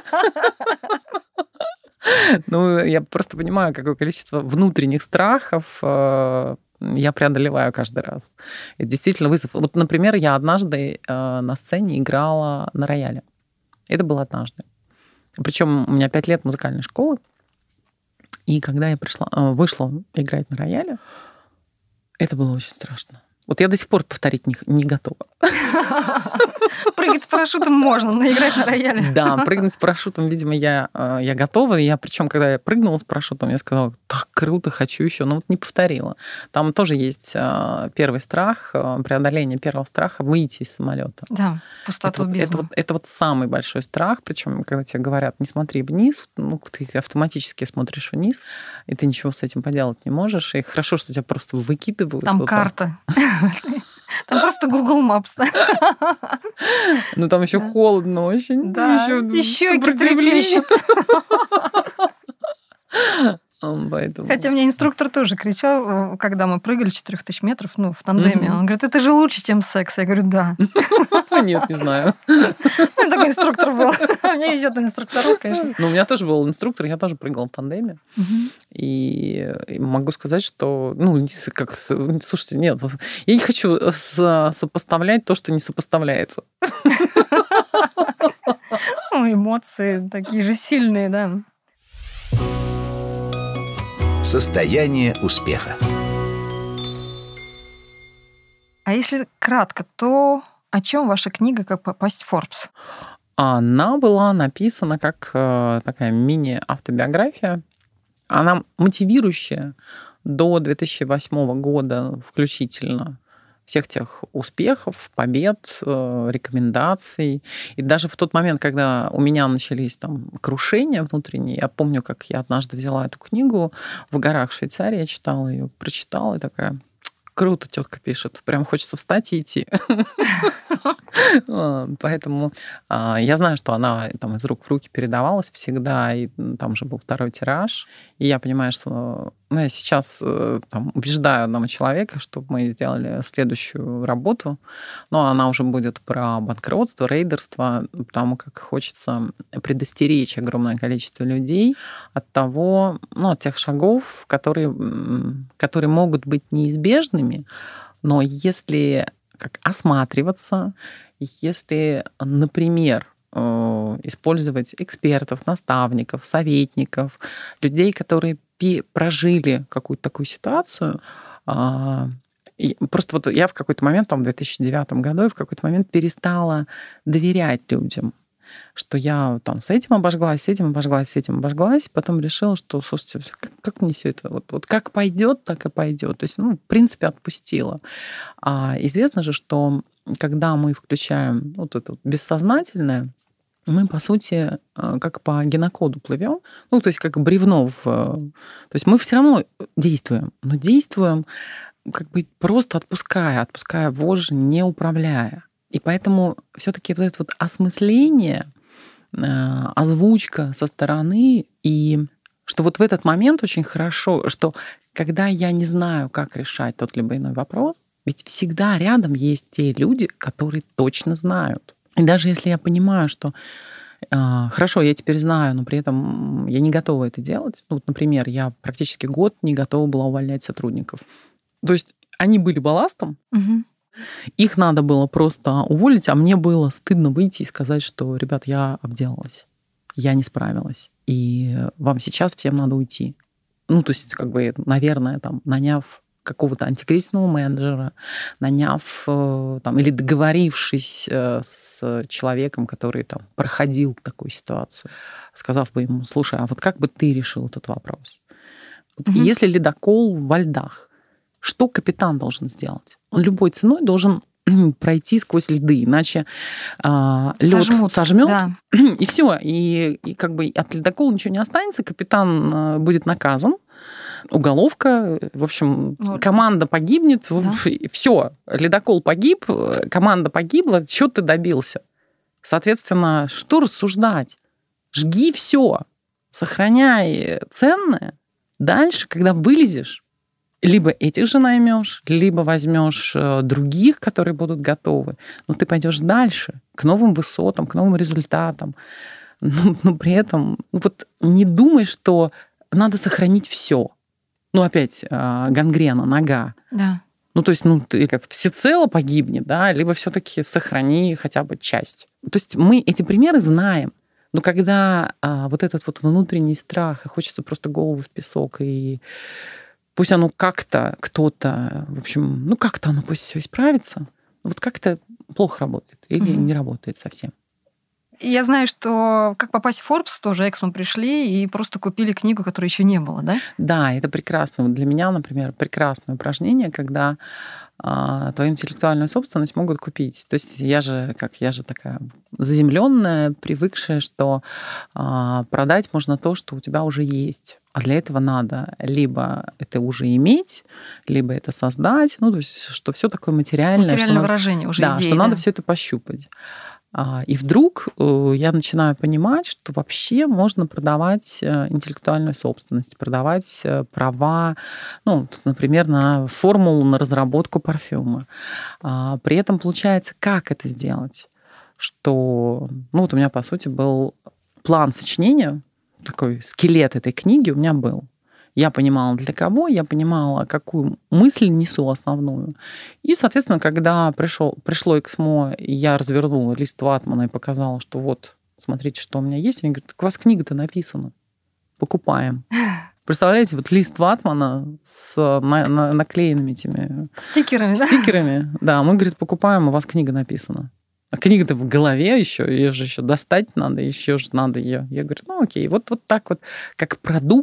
Speaker 3: Ну, я просто понимаю, какое количество внутренних страхов я преодолеваю каждый раз. Это действительно вызов. Вот, например, я однажды на сцене играла на рояле. Это было однажды. Причем у меня пять лет музыкальной школы. И когда я пришла, вышла играть на рояле, это было очень страшно. Вот я до сих пор повторить не, не готова.
Speaker 2: Прыгать с парашютом можно, но играть на рояле.
Speaker 3: Да, прыгнуть с парашютом, видимо, я, я готова. Я, причем, когда я прыгнула с парашютом, я сказала, так круто, хочу еще, но вот не повторила. Там тоже есть первый страх, преодоление первого страха, выйти из самолета.
Speaker 2: Да, пустоту бездну.
Speaker 3: Это вот, это вот самый большой страх, причем, когда тебе говорят, не смотри вниз, ну, ты автоматически смотришь вниз, и ты ничего с этим поделать не можешь. И хорошо, что тебя просто выкидывают.
Speaker 2: Там
Speaker 3: вот
Speaker 2: карта. Там просто Google Maps.
Speaker 3: Ну, там еще холодно очень.
Speaker 2: Да, еще
Speaker 3: сопротивление. Поэтому...
Speaker 2: Хотя мне инструктор тоже кричал, когда мы прыгали четырех тысяч метров, ну, в тандеме. Mm-hmm. Он говорит, это же лучше, чем секс. Я говорю, да.
Speaker 3: Нет, не знаю.
Speaker 2: Такой инструктор был. Мне везет на инструкторов, конечно.
Speaker 3: Ну, у меня тоже был инструктор, я тоже прыгала в тандеме. И могу сказать, что, ну, как, слушайте, нет, я не хочу сопоставлять то, что не сопоставляется.
Speaker 2: Ну, эмоции такие же сильные, да.
Speaker 1: Состояние успеха.
Speaker 2: А если кратко, то о чем ваша книга «Как попасть в Forbes»?
Speaker 3: Она была написана как такая мини-автобиография. Она мотивирующая до две тысячи восьмого года включительно. всех тех успехов, побед, рекомендаций. И даже в тот момент, когда у меня начались там крушения внутренние, я помню, как я однажды взяла эту книгу в горах в Швейцарии, я читала ее, прочитала и такая: круто, тетка пишет, прям хочется встать и идти. Поэтому я знаю, что она там из рук в руки передавалась всегда, и там уже был второй тираж. И я понимаю, что ну, я сейчас там, убеждаю одного человека, чтобы мы сделали следующую работу, но она уже будет про банкротство, рейдерство, потому как хочется предостеречь огромное количество людей от того, ну, от тех шагов, которые, которые могут быть неизбежными, но если как осматриваться, если, например, использовать экспертов, наставников, советников, людей, которые прожили какую-то такую ситуацию. Просто вот я в какой-то момент, там, в две тысячи девятом году, в какой-то момент перестала доверять людям, что я там с этим обожглась, с этим обожглась, с этим обожглась, и потом решила, что, слушайте, как, как мне все это, вот, вот как пойдет, так и пойдет. То есть, ну, в принципе, отпустила. А известно же, что когда мы включаем вот это вот бессознательное, мы, по сути, как по генокоду плывем, ну, то есть как бревно в... То есть мы все равно действуем, но действуем как бы просто отпуская, отпуская вожжи, не управляя. И поэтому все-таки вот это вот осмысление, озвучка со стороны, и что вот в этот момент очень хорошо, что когда я не знаю, как решать тот либо иной вопрос, ведь всегда рядом есть те люди, которые точно знают. И даже если я понимаю, что э, хорошо, я теперь знаю, но при этом я не готова это делать. Ну, вот, например, я практически год не готова была увольнять сотрудников. То есть они были балластом, угу. Их надо было просто уволить, а мне было стыдно выйти и сказать, что, ребят, я обделалась, я не справилась, и вам сейчас всем надо уйти. Ну, то есть, как бы, наверное, там, наняв какого-то антикризисного менеджера, наняв там, или договорившись с человеком, который там, проходил такую ситуацию, сказав бы ему: слушай, а вот как бы ты решил этот вопрос? Вот угу. Если ледокол во льдах, что капитан должен сделать? Он любой ценой должен пройти сквозь льды, иначе а, лед сожмет, да. И все, и, и как бы от ледокола ничего не останется, капитан будет наказан, уголовка, в общем, вот. Команда погибнет, да. Все, ледокол погиб, команда погибла, что ты добился? Соответственно, что рассуждать? Жги все, сохраняй ценное. Дальше, когда вылезешь, либо этих же наймешь, либо возьмешь других, которые будут готовы, но ты пойдешь дальше, к новым высотам, к новым результатам. Но, но при этом вот не думай, что надо сохранить все. Ну, опять, гангрена, нога. Да. Ну, то есть, ну, ты как всецело погибни, да, либо все-таки сохрани хотя бы часть. То есть мы эти примеры знаем, но когда а, вот этот вот внутренний страх, и хочется просто голову в песок, и пусть оно как-то, кто-то, в общем, ну, как-то оно пусть все исправится, вот как-то плохо работает или угу. не работает совсем.
Speaker 2: Я знаю, что «Как попасть в Forbes» тоже Эксмо пришли и просто купили книгу, которой еще не было, да?
Speaker 3: Да, это прекрасно. Для меня, например, прекрасное упражнение, когда а, твою интеллектуальную собственность могут купить. То есть я же, как я же такая заземленная, привыкшая, что а, продать можно то, что у тебя уже есть. А для этого надо либо это уже иметь, либо это создать. Ну, то есть что все такое материальное.
Speaker 2: Материальное
Speaker 3: что
Speaker 2: выражение,
Speaker 3: надо,
Speaker 2: уже
Speaker 3: да,
Speaker 2: идеи,
Speaker 3: что
Speaker 2: да.
Speaker 3: надо все это пощупать. И вдруг я начинаю понимать, что вообще можно продавать интеллектуальную собственность, продавать права, ну, например, на формулу, на разработку парфюма. При этом получается, как это сделать? Что, ну, вот у меня, по сути, был план сочинения, такой скелет этой книги у меня был. Я понимала, для кого, я понимала, какую мысль несу основную. И, соответственно, когда пришел, пришло Эксмо, я развернула лист ватмана и показала, что вот, смотрите, что у меня есть. Они говорят: так у вас книга-то написана. Покупаем. Представляете, вот лист ватмана с на, на, наклеенными этими...
Speaker 2: Стикерами, да?
Speaker 3: Стикерами. Да, мы, говорит, покупаем, у вас книга написана. А книга-то в голове еще, ее же еще достать надо, еще же надо ее. Я говорю: ну окей, вот, вот так вот, как продукт,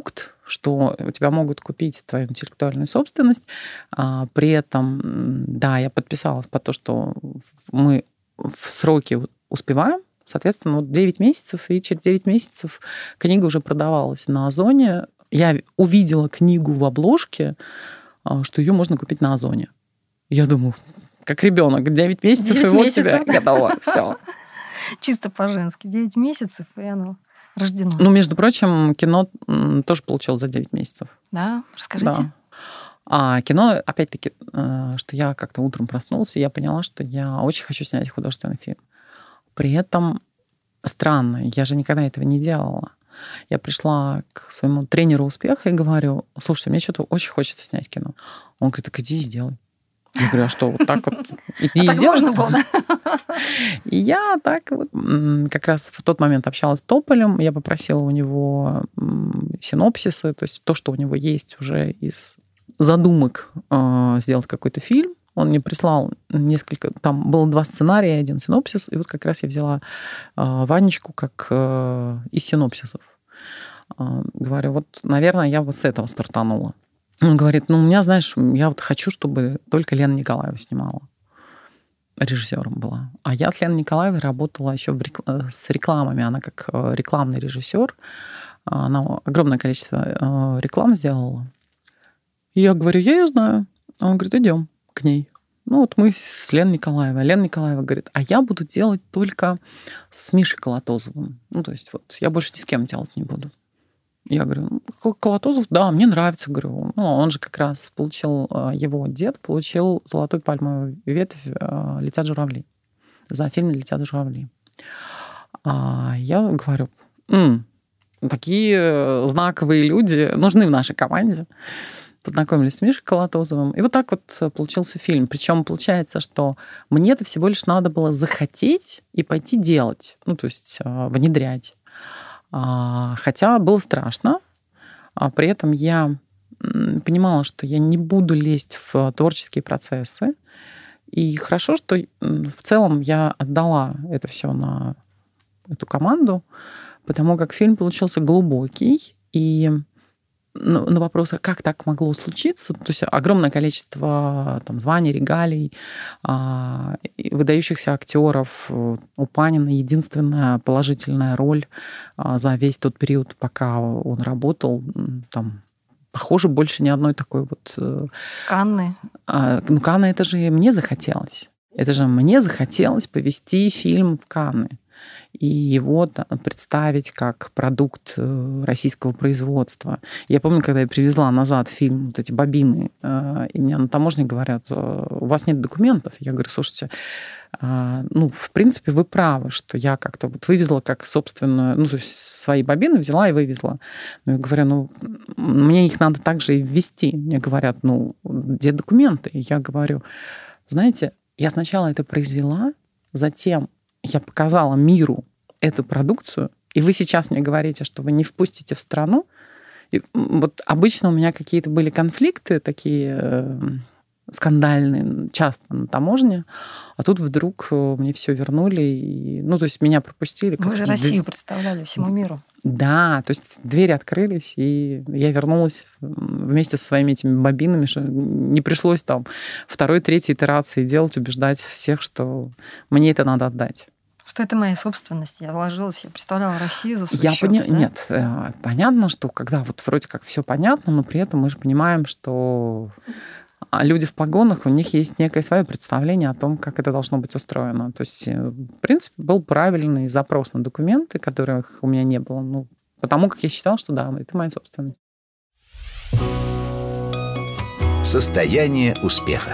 Speaker 3: что у тебя могут купить твою интеллектуальную собственность. А, при этом, да, я подписалась под то, что мы в сроки успеваем. Соответственно, вот девять месяцев, и через девять месяцев книга уже продавалась на Озоне. Я увидела книгу в обложке, что ее можно купить на Озоне. Я думаю, как ребенок, девять месяцев,
Speaker 2: девять
Speaker 3: и вот
Speaker 2: месяцев,
Speaker 3: тебе готово. Все.
Speaker 2: Чисто по-женски. девять месяцев, и оно рождено.
Speaker 3: Ну, между прочим, кино тоже получил за девять месяцев.
Speaker 2: Да? Расскажите.
Speaker 3: Да. А кино, опять-таки, что я как-то утром проснулась, и я поняла, что я очень хочу снять художественный фильм. При этом странно, я же никогда этого не делала. Я пришла к своему тренеру успеха и говорю: слушайте, мне что-то очень хочется снять кино. Он говорит: так иди и сделай. Я говорю: а что, вот так вот иди и сделай?
Speaker 2: Так можно было, да?
Speaker 3: И я так вот как раз в тот момент общалась с Тополем, я попросила у него синопсисы, то есть то, что у него есть уже из задумок сделать какой-то фильм. Он мне прислал несколько... Там было два сценария, один синопсис, и вот как раз я взяла Ванечку как из синопсисов. Говорю, вот, наверное, я вот с этого стартанула. Он говорит: ну, у меня, знаешь, я вот хочу, чтобы только Лена Николаева снимала. Режиссером была. А я с Леной Николаевой работала еще в рекл... с рекламами. Она как рекламный режиссер. Она огромное количество реклам сделала. И я говорю: я ее знаю. Он говорит: идем к ней. Ну, вот мы с Леной Николаевой. Лена Николаева говорит: а я буду делать только с Мишей Колотозовым. Ну, то есть вот я больше ни с кем делать не буду. Я говорю: ну, Колотозов, да, мне нравится. Говорю, ну, он же как раз получил, его дед получил золотую пальмовую ветвь «Летят журавли». За фильм «Летят журавли». А я говорю: М, такие знаковые люди нужны в нашей команде. Познакомились с Мишей Колотозовым. И вот так вот получился фильм. Причем получается, что мне-то всего лишь надо было захотеть и пойти делать. Ну, то есть внедрять. Хотя было страшно. При этом я понимала, что я не буду лезть в творческие процессы. И хорошо, что в целом я отдала это все на эту команду, потому как фильм получился глубокий. И на вопрос, как так могло случиться, то есть огромное количество там званий, регалий, выдающихся актеров. У Панина единственная положительная роль за весь тот период, пока он работал. Там, похоже, больше ни одной такой вот...
Speaker 2: Канны.
Speaker 3: Ну, Канны, это же мне захотелось. Это же мне захотелось повести фильм в Канны и его представить как продукт российского производства. Я помню, когда я привезла назад фильм, вот эти бобины, и мне на таможне говорят: у вас нет документов. Я говорю: слушайте, ну, в принципе, вы правы, что я как-то вот вывезла как собственную, ну, то есть свои бобины взяла и вывезла. Ну, я говорю: ну, мне их надо также и ввести. Мне говорят: ну, где документы? И я говорю: знаете, я сначала это произвела, затем я показала миру эту продукцию, и вы сейчас мне говорите, что вы не впустите в страну. И вот обычно у меня какие-то были конфликты такие э, скандальные, часто на таможне, а тут вдруг мне все вернули, и, ну, то есть меня пропустили.
Speaker 2: Вы же Россию представляли всему миру.
Speaker 3: Да, то есть двери открылись, и я вернулась вместе со своими этими бобинами, что не пришлось там второй, третьей итерации делать, убеждать всех, что мне это надо отдать.
Speaker 2: Что это моя собственность, я вложилась, я представляла Россию за свой
Speaker 3: я
Speaker 2: счет.
Speaker 3: Поня...
Speaker 2: Да?
Speaker 3: Нет, понятно, что когда вот вроде как все понятно, но при этом мы же понимаем, что люди в погонах, у них есть некое свое представление о том, как это должно быть устроено. То есть, в принципе, был правильный запрос на документы, которых у меня не было. Ну, потому как я считала, что да, это моя собственность.
Speaker 1: Состояние успеха.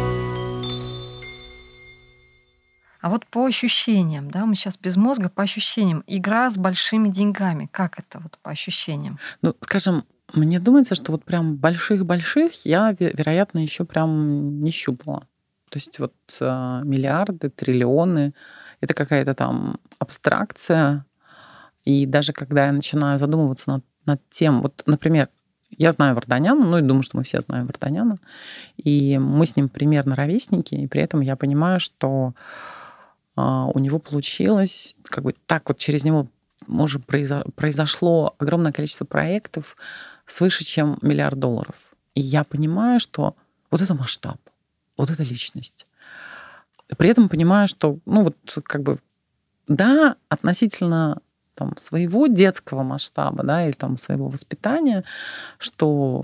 Speaker 2: А вот по ощущениям, да, мы сейчас без мозга, по ощущениям. Игра с большими деньгами. Как это вот по ощущениям?
Speaker 3: Ну, скажем, мне думается, что вот прям больших-больших я, вероятно, еще прям не щупала. То есть вот э, миллиарды, триллионы — это какая-то там абстракция. И даже когда я начинаю задумываться над, над тем, вот, например, я знаю Варданяна, ну и думаю, что мы все знаем Варданяна, и мы с ним примерно ровесники, и при этом я понимаю, что э, у него получилось, как бы так вот через него, может, произошло огромное количество проектов, свыше, чем миллиард долларов. И я понимаю, что вот это масштаб, вот это личность. При этом понимаю, что, ну вот как бы, да, относительно там, своего детского масштаба, да, или там своего воспитания, что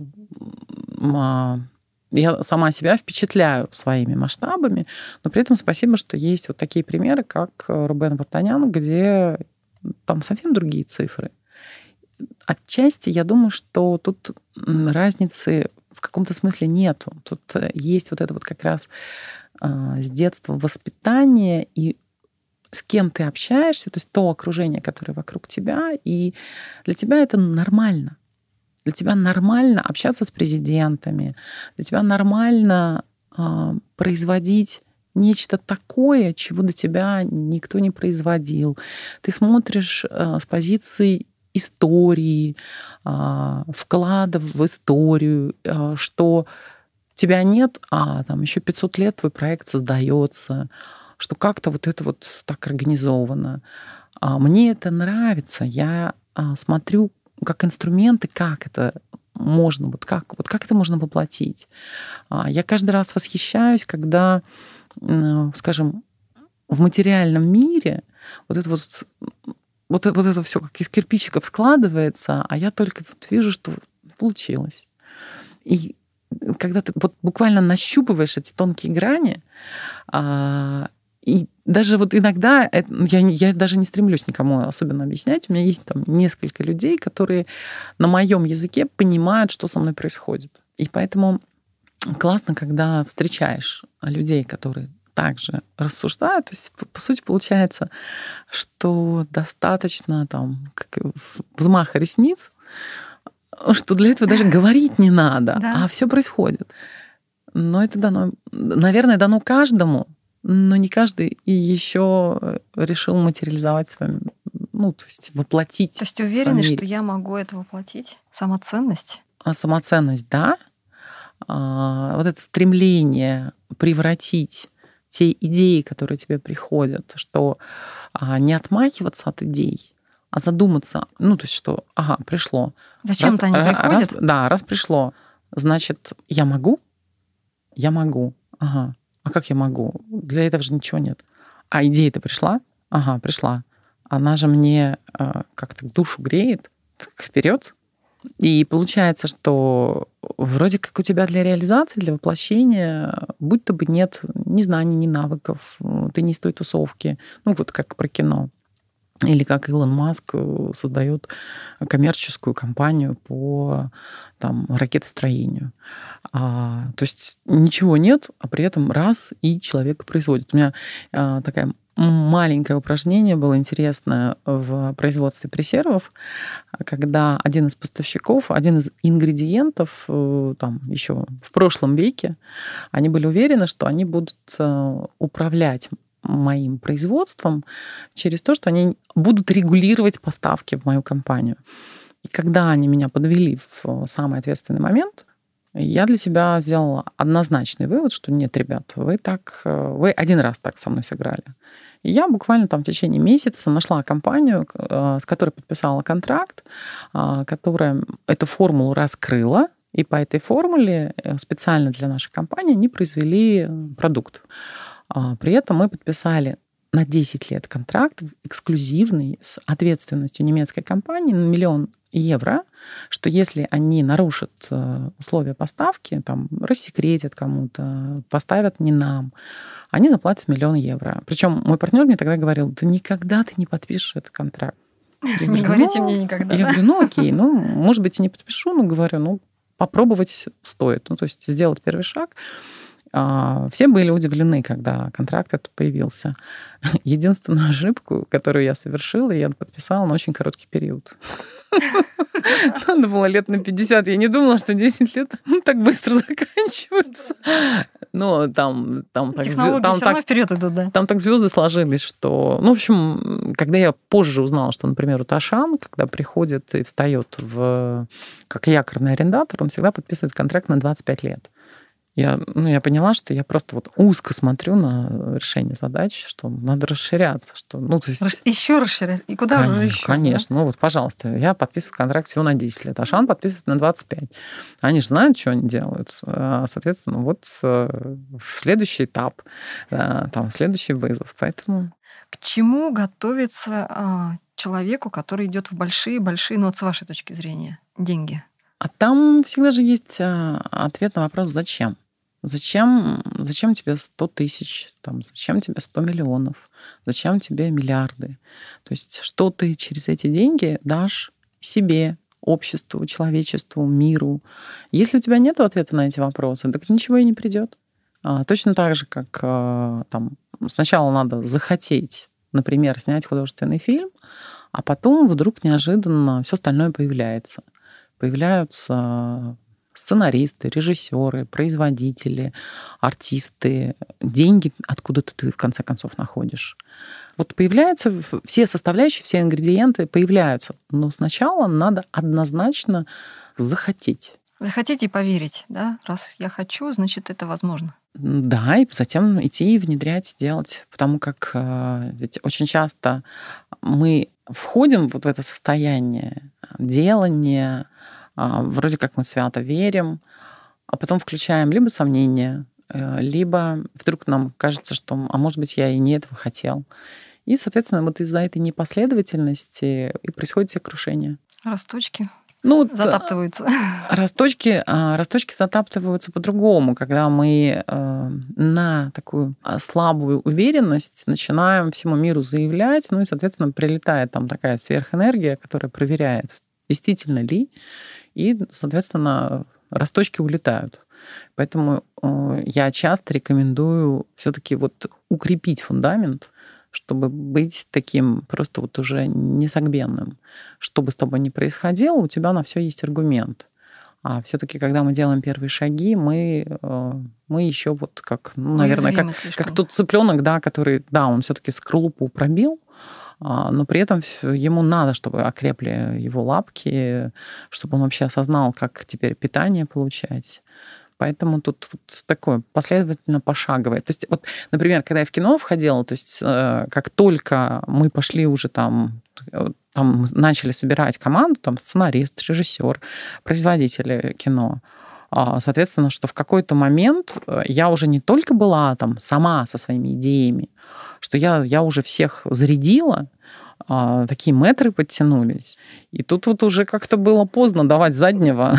Speaker 3: а, я сама себя впечатляю своими масштабами, но при этом спасибо, что есть вот такие примеры, как Рубен Вартанян, где там совсем другие цифры. Отчасти я думаю, что тут разницы в каком-то смысле нету. Тут есть вот это вот как раз с детства воспитание и с кем ты общаешься, то есть то окружение, которое вокруг тебя, и для тебя это нормально. Для тебя нормально общаться с президентами, для тебя нормально э, производить нечто такое, чего до тебя никто не производил. Ты смотришь э, с позиции истории, э, вкладов в историю, э, что тебя нет, а там еще пятьсот лет твой проект создается, что как-то вот это вот так организовано. А мне это нравится. Я а, смотрю как инструменты, как это можно, вот как, вот как это можно воплотить. А, я каждый раз восхищаюсь, когда, скажем, в материальном мире вот это вот, вот, вот это все как из кирпичиков складывается, а я только вот вижу, что получилось. И когда ты вот буквально нащупываешь эти тонкие грани, а, и даже вот иногда, я, я даже не стремлюсь никому особенно объяснять, у меня есть там несколько людей, которые на моем языке понимают, что со мной происходит. И поэтому классно, когда встречаешь людей, которые также рассуждают. То есть, по, по сути, получается, что достаточно там как взмаха ресниц, что для этого даже говорить не надо, да. А все происходит. Но это дано, наверное, дано каждому, но не каждый и еще решил материализовать с вами, ну, то есть воплотить.
Speaker 2: То есть уверены, что я могу это воплотить? Самоценность?
Speaker 3: А самоценность, да. А, вот это стремление превратить те идеи, которые тебе приходят, что а, не отмахиваться от идей, а задуматься, ну, то есть что, ага, пришло.
Speaker 2: Зачем-то они приходят?
Speaker 3: Раз, да, раз пришло, значит, я могу? Я могу. Ага. А как я могу? Для этого же ничего нет. А идея-то пришла? Ага, пришла. Она же мне э, как-то душу греет. Так вперед. И получается, что вроде как у тебя для реализации, для воплощения, будь-то бы нет ни знаний, ни навыков, ты не из той тусовки. Ну, вот как про кино. Или как Илон Маск создает коммерческую компанию по там, ракетостроению. А, то есть ничего нет, а при этом раз и человек производит. У меня а, такая маленькое упражнение было интересное в производстве пресервов, когда один из поставщиков, один из ингредиентов там, еще в прошлом веке, они были уверены, что они будут управлять моим производством через то, что они будут регулировать поставки в мою компанию. И когда они меня подвели в самый ответственный момент, я для себя сделала однозначный вывод, что нет, ребят, вы так, вы один раз так со мной сыграли. И я буквально там в течение месяца нашла компанию, с которой подписала контракт, которая эту формулу раскрыла, и по этой формуле специально для нашей компании они произвели продукт. При этом мы подписали на десять лет контракт эксклюзивный с ответственностью немецкой компании на миллион евро, что если они нарушат условия поставки, там, рассекретят кому-то, поставят не нам, они заплатят миллион евро. Причем мой партнер мне тогда говорил, да никогда ты не подпишешь этот контракт.
Speaker 2: Не говорите мне никогда.
Speaker 3: Я говорю, ну окей, ну, может быть, и не подпишу, но говорю, ну, попробовать стоит. Ну, то есть сделать первый шаг. Все были удивлены, когда контракт этот появился. Единственную ошибку, которую я совершила, я подписала на очень короткий период. Надо было лет на пятьдесят. Я не думала, что десять лет так быстро заканчиваются. Но там, там, так,
Speaker 2: Технологии
Speaker 3: там,
Speaker 2: все равно
Speaker 3: так,
Speaker 2: вперед идут, да?
Speaker 3: Там так звезды сложились, что... Ну, в общем, когда я позже узнала, что, например, у Ташан, когда приходит и встает в, как якорный арендатор, он всегда подписывает контракт на двадцать пять лет. Я, ну, я поняла, что я просто вот узко смотрю на решение задач, что надо расширяться. Что, ну, то есть...
Speaker 2: Еще расширять. И куда
Speaker 3: Конечно,
Speaker 2: же еще?
Speaker 3: Конечно. Да? Ну вот, пожалуйста, я подписываю контракт всего на десять лет, а Шан подписывает на двадцать пять. Они же знают, что они делают. Соответственно, вот следующий этап, там, следующий вызов. Поэтому...
Speaker 2: К чему готовиться а, человеку, который идет в большие-большие, ну вот с вашей точки зрения, деньги?
Speaker 3: А там всегда же есть ответ на вопрос «зачем?». Зачем, зачем тебе сто тысяч? Там, зачем тебе сто миллионов? Зачем тебе миллиарды? То есть что ты через эти деньги дашь себе, обществу, человечеству, миру? Если у тебя нет ответа на эти вопросы, так ничего и не придет. А, точно так же, как там, сначала надо захотеть, например, снять художественный фильм, а потом вдруг неожиданно все остальное появляется. Появляются сценаристы, режиссеры, производители, артисты. Деньги откуда-то ты в конце концов находишь. Вот появляются все составляющие, все ингредиенты появляются. Но сначала надо однозначно захотеть.
Speaker 2: Захотеть и поверить, да? Раз я хочу, значит, это возможно.
Speaker 3: Да, и затем идти и внедрять, делать. Потому как ведь очень часто мы входим вот в это состояние делания, вроде как мы свято верим, а потом включаем либо сомнения, либо вдруг нам кажется, что, а может быть, я и не этого хотел. И, соответственно, вот из-за этой непоследовательности и происходит все крушение.
Speaker 2: Росточки
Speaker 3: ну,
Speaker 2: затаптываются.
Speaker 3: Росточки, росточки затаптываются по-другому, когда мы на такую слабую уверенность начинаем всему миру заявлять, ну и, соответственно, прилетает там такая сверхэнергия, которая проверяет, действительно ли, и, соответственно, росточки улетают. Поэтому я часто рекомендую все-таки вот укрепить фундамент, чтобы быть таким просто вот уже несогбенным. Что бы с тобой ни происходило, у тебя на все есть аргумент. А все-таки, когда мы делаем первые шаги, мы, мы еще вот как, ну, наверное, как, как тот цыпленок, да, который, да, он все-таки скорлупу пробил, но при этом ему надо, чтобы окрепли его лапки, чтобы он вообще осознал, как теперь питание получать. Поэтому тут вот такое последовательно пошаговое. То есть, вот, например, когда я в кино входила, то есть как только мы пошли уже там, там начали собирать команду, там сценарист, режиссер, производители кино, соответственно, что в какой-то момент я уже не только была там сама со своими идеями, что я, я уже всех зарядила, такие мэтры подтянулись. И тут вот уже как-то было поздно давать заднего.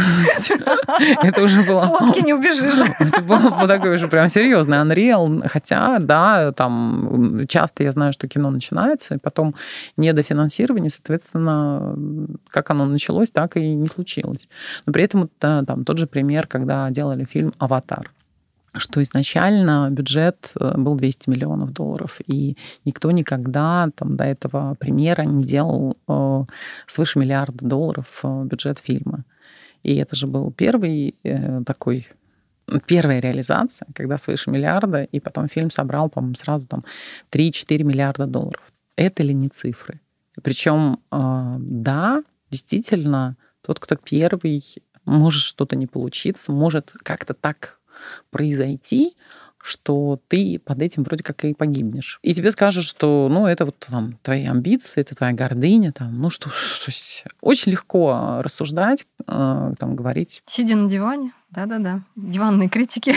Speaker 3: Это уже было...
Speaker 2: С лодки не убежишь.
Speaker 3: Это было такое уже прям серьезное Unreal. Хотя, да, там часто я знаю, что кино начинается, и потом недофинансирование, соответственно, как оно началось, так и не случилось. Но при этом там тот же пример, когда делали фильм «Аватар», что изначально бюджет был двести миллионов долларов, и никто никогда там, до этого премьера не делал э, свыше миллиарда долларов бюджет фильма. И это же был первый э, такой, первая реализация, когда свыше миллиарда, и потом фильм собрал, по-моему, сразу там три-четыре миллиарда долларов. Это ли не цифры? Причем, э, да, действительно, тот, кто первый, может что-то не получиться, может как-то так произойти, что ты под этим вроде как и погибнешь. И тебе скажут, что ну, это вот там твои амбиции, это твоя гордыня. Там, ну что, то есть очень легко рассуждать, там, говорить.
Speaker 2: Сидя на диване. Да-да-да, диванные критики.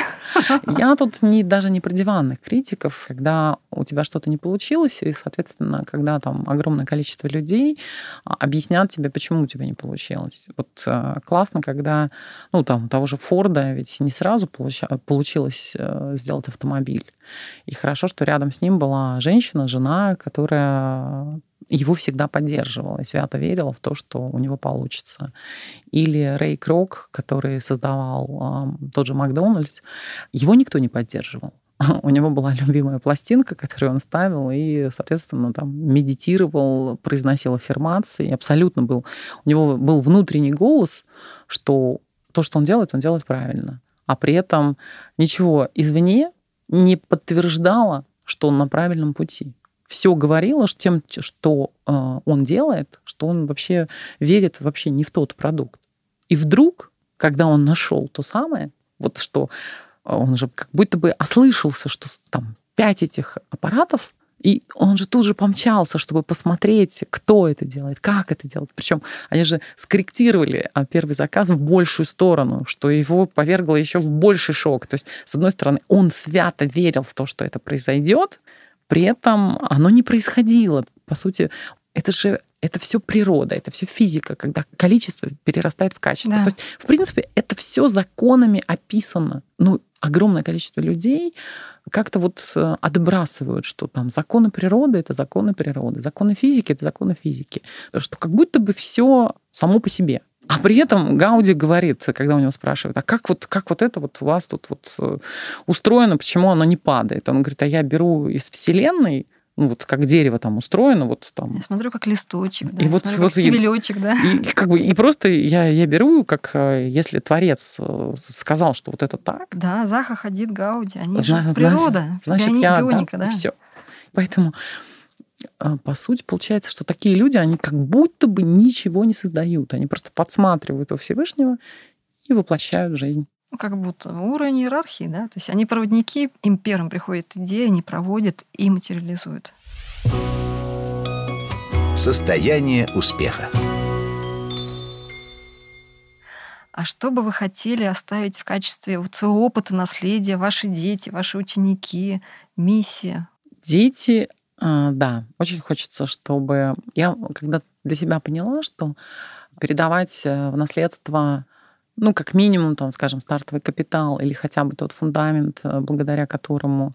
Speaker 3: Я тут не, даже не про диванных критиков, когда у тебя что-то не получилось, и, соответственно, когда там огромное количество людей объяснят тебе, почему у тебя не получилось. Вот классно, когда, ну, там, у того же Форда ведь не сразу получилось сделать автомобиль. И хорошо, что рядом с ним была женщина, жена, которая его всегда поддерживала и свято верила в то, что у него получится. Или Рэй Крок, который создавал э, тот же Макдональдс, его никто не поддерживал. У него была любимая пластинка, которую он ставил, и, соответственно, там медитировал, произносил аффирмации. Абсолютно был... У него был внутренний голос, что то, что он делает, он делает правильно. А при этом ничего извне не подтверждало, что он на правильном пути. Все говорило тем, что он делает, что он вообще верит вообще не в тот продукт. И вдруг, когда он нашел то самое, вот что Он же как будто бы ослышался, что там пять этих аппаратов, и он же тут же помчался, чтобы посмотреть, кто это делает, как это делает. Причем они же скорректировали первый заказ в большую сторону, что его повергло еще в больший шок. То есть, с одной стороны, он свято верил в то, что это произойдет, при этом оно не происходило. По сути, это же это все природа, это все физика, когда количество перерастает в качество.
Speaker 2: Да.
Speaker 3: То есть, в принципе, это все законами описано. Ну, огромное количество людей как-то вот отбрасывают, что там законы природы — это законы природы, законы физики — это законы физики. Что как будто бы все само по себе. А при этом Гауди говорит, когда у него спрашивают, а как вот, как вот это вот у вас тут вот устроено, почему оно не падает? Он говорит, а я беру из Вселенной, ну, вот как дерево там устроено, вот там.
Speaker 2: Я смотрю, как листочек, да,
Speaker 3: и вот,
Speaker 2: смотрю,
Speaker 3: вот
Speaker 2: как стебелечек, да.
Speaker 3: И, как бы, и просто я, я беру, как если Творец сказал, что вот это так.
Speaker 2: Да, Заха Хадид, Гауди, они
Speaker 3: Зна-
Speaker 2: же природа,
Speaker 3: значит,
Speaker 2: биони-
Speaker 3: я,
Speaker 2: бионика,
Speaker 3: да,
Speaker 2: да.
Speaker 3: И все. Поэтому, по сути, получается, что такие люди, они как будто бы ничего не создают. Они просто подсматривают у Всевышнего и воплощают в жизнь.
Speaker 2: Ну, как будто уровень иерархии, да. То есть они проводники, им первым приходит идея, они проводят и материализуют.
Speaker 1: Состояние успеха.
Speaker 2: А что бы вы хотели оставить в качестве вот своего опыта, наследия, ваши дети, ваши ученики, миссия?
Speaker 3: Дети, да, очень хочется, чтобы... Я когда для себя поняла, что передавать в наследство, ну, как минимум, там, скажем, стартовый капитал или хотя бы тот фундамент, благодаря которому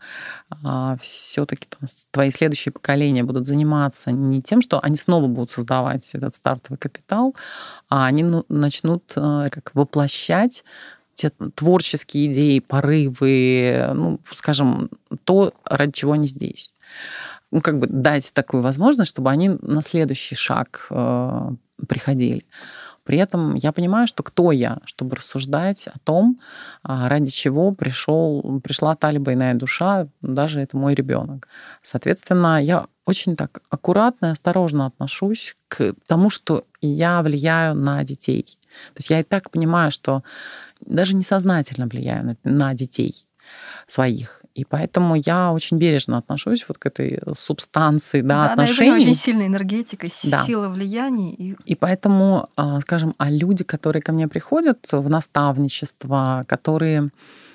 Speaker 3: а, все-таки твои следующие поколения будут заниматься не тем, что они снова будут создавать этот стартовый капитал, а они ну, начнут а, как воплощать те творческие идеи, порывы, ну, скажем, то, ради чего они здесь. Ну, как бы дать такую возможность, чтобы они на следующий шаг э, приходили. При этом я понимаю, что кто я, чтобы рассуждать о том, ради чего пришел, пришла та либо иная душа, даже это мой ребенок. Соответственно, я очень так аккуратно и осторожно отношусь к тому, что я влияю на детей. То есть я и так понимаю, что даже несознательно влияю на, на детей своих. И поэтому я очень бережно отношусь вот к этой субстанции, да,
Speaker 2: да,
Speaker 3: отношений.
Speaker 2: Да, это очень сильная энергетика,
Speaker 3: да.
Speaker 2: сила влияний. И...
Speaker 3: и поэтому, скажем, а люди, которые ко мне приходят в наставничество, которые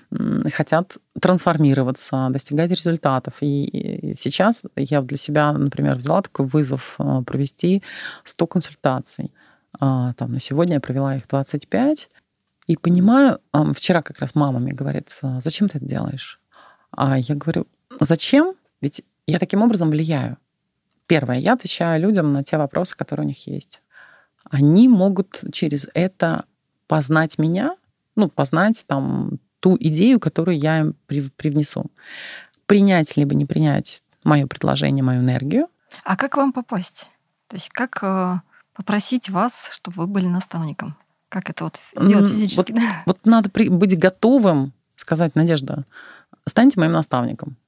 Speaker 3: хотят трансформироваться, достигать результатов. И сейчас я для себя, например, взяла такой вызов провести сто консультаций. Там, на сегодня я провела их двадцать пять. И понимаю, вчера как раз мама мне говорит, зачем ты это делаешь? А я говорю, зачем? Ведь я таким образом влияю. Первое, я отвечаю людям на те вопросы, которые у них есть. Они могут через это познать меня, ну, познать там ту идею, которую я им привнесу. Принять либо не принять мое предложение, мою энергию.
Speaker 2: А как вам попасть? То есть как попросить вас, чтобы вы были наставником? Как это вот сделать физически?
Speaker 3: Вот, вот надо быть готовым сказать, Надежда, станьте моим наставником.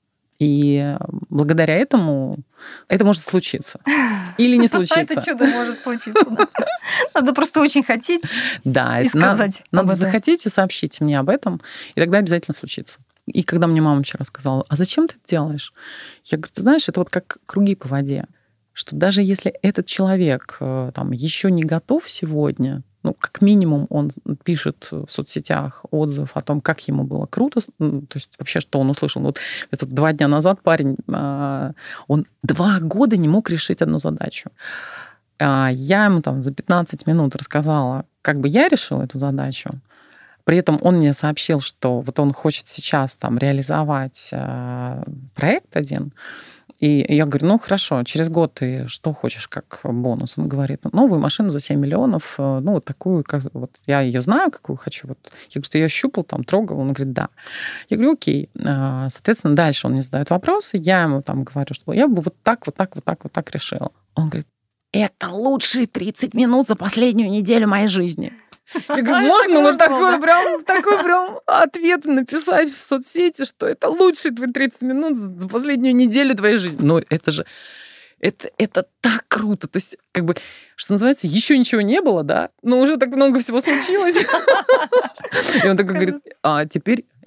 Speaker 3: И благодаря этому это может случиться. Или не случиться.
Speaker 2: Это чудо может случиться. Надо просто очень хотеть и сказать.
Speaker 3: Надо захотеть и сообщить мне об этом, и тогда обязательно случится. И когда мне мама вчера сказала, а зачем ты это делаешь? Я говорю, ты знаешь, это вот как круги по воде. Что даже если этот человек там, еще не готов сегодня, ну, как минимум он пишет в соцсетях отзыв о том, как ему было круто, то есть вообще, что он услышал. Вот это два дня назад парень, он два года не мог решить одну задачу. Я ему там за пятнадцать минут рассказала, как бы я решила эту задачу. При этом он мне сообщил, что вот он хочет сейчас там реализовать проект один. И я говорю, ну хорошо, через год ты что хочешь как бонус? Он говорит, новую машину за семь миллионов, ну вот такую, как, вот я ее знаю, какую хочу. Вот. Я говорю, ты ее щупал, там, трогал? Он говорит, да. Я говорю, окей. Соответственно, дальше он мне задает вопросы, я ему там говорю, что я бы вот так, вот так, вот так, вот так решила. Он говорит, это лучшие тридцать минут за последнюю неделю моей жизни. Я говорю, можно вот такой прям, такой прям ответ написать в соцсети, что это лучшие твои тридцать минут за последнюю неделю твоей жизни. Но это же, это, это так круто. То есть, как бы, что называется, еще ничего не было, да, но уже так много всего случилось. И он такой говорит, а теперь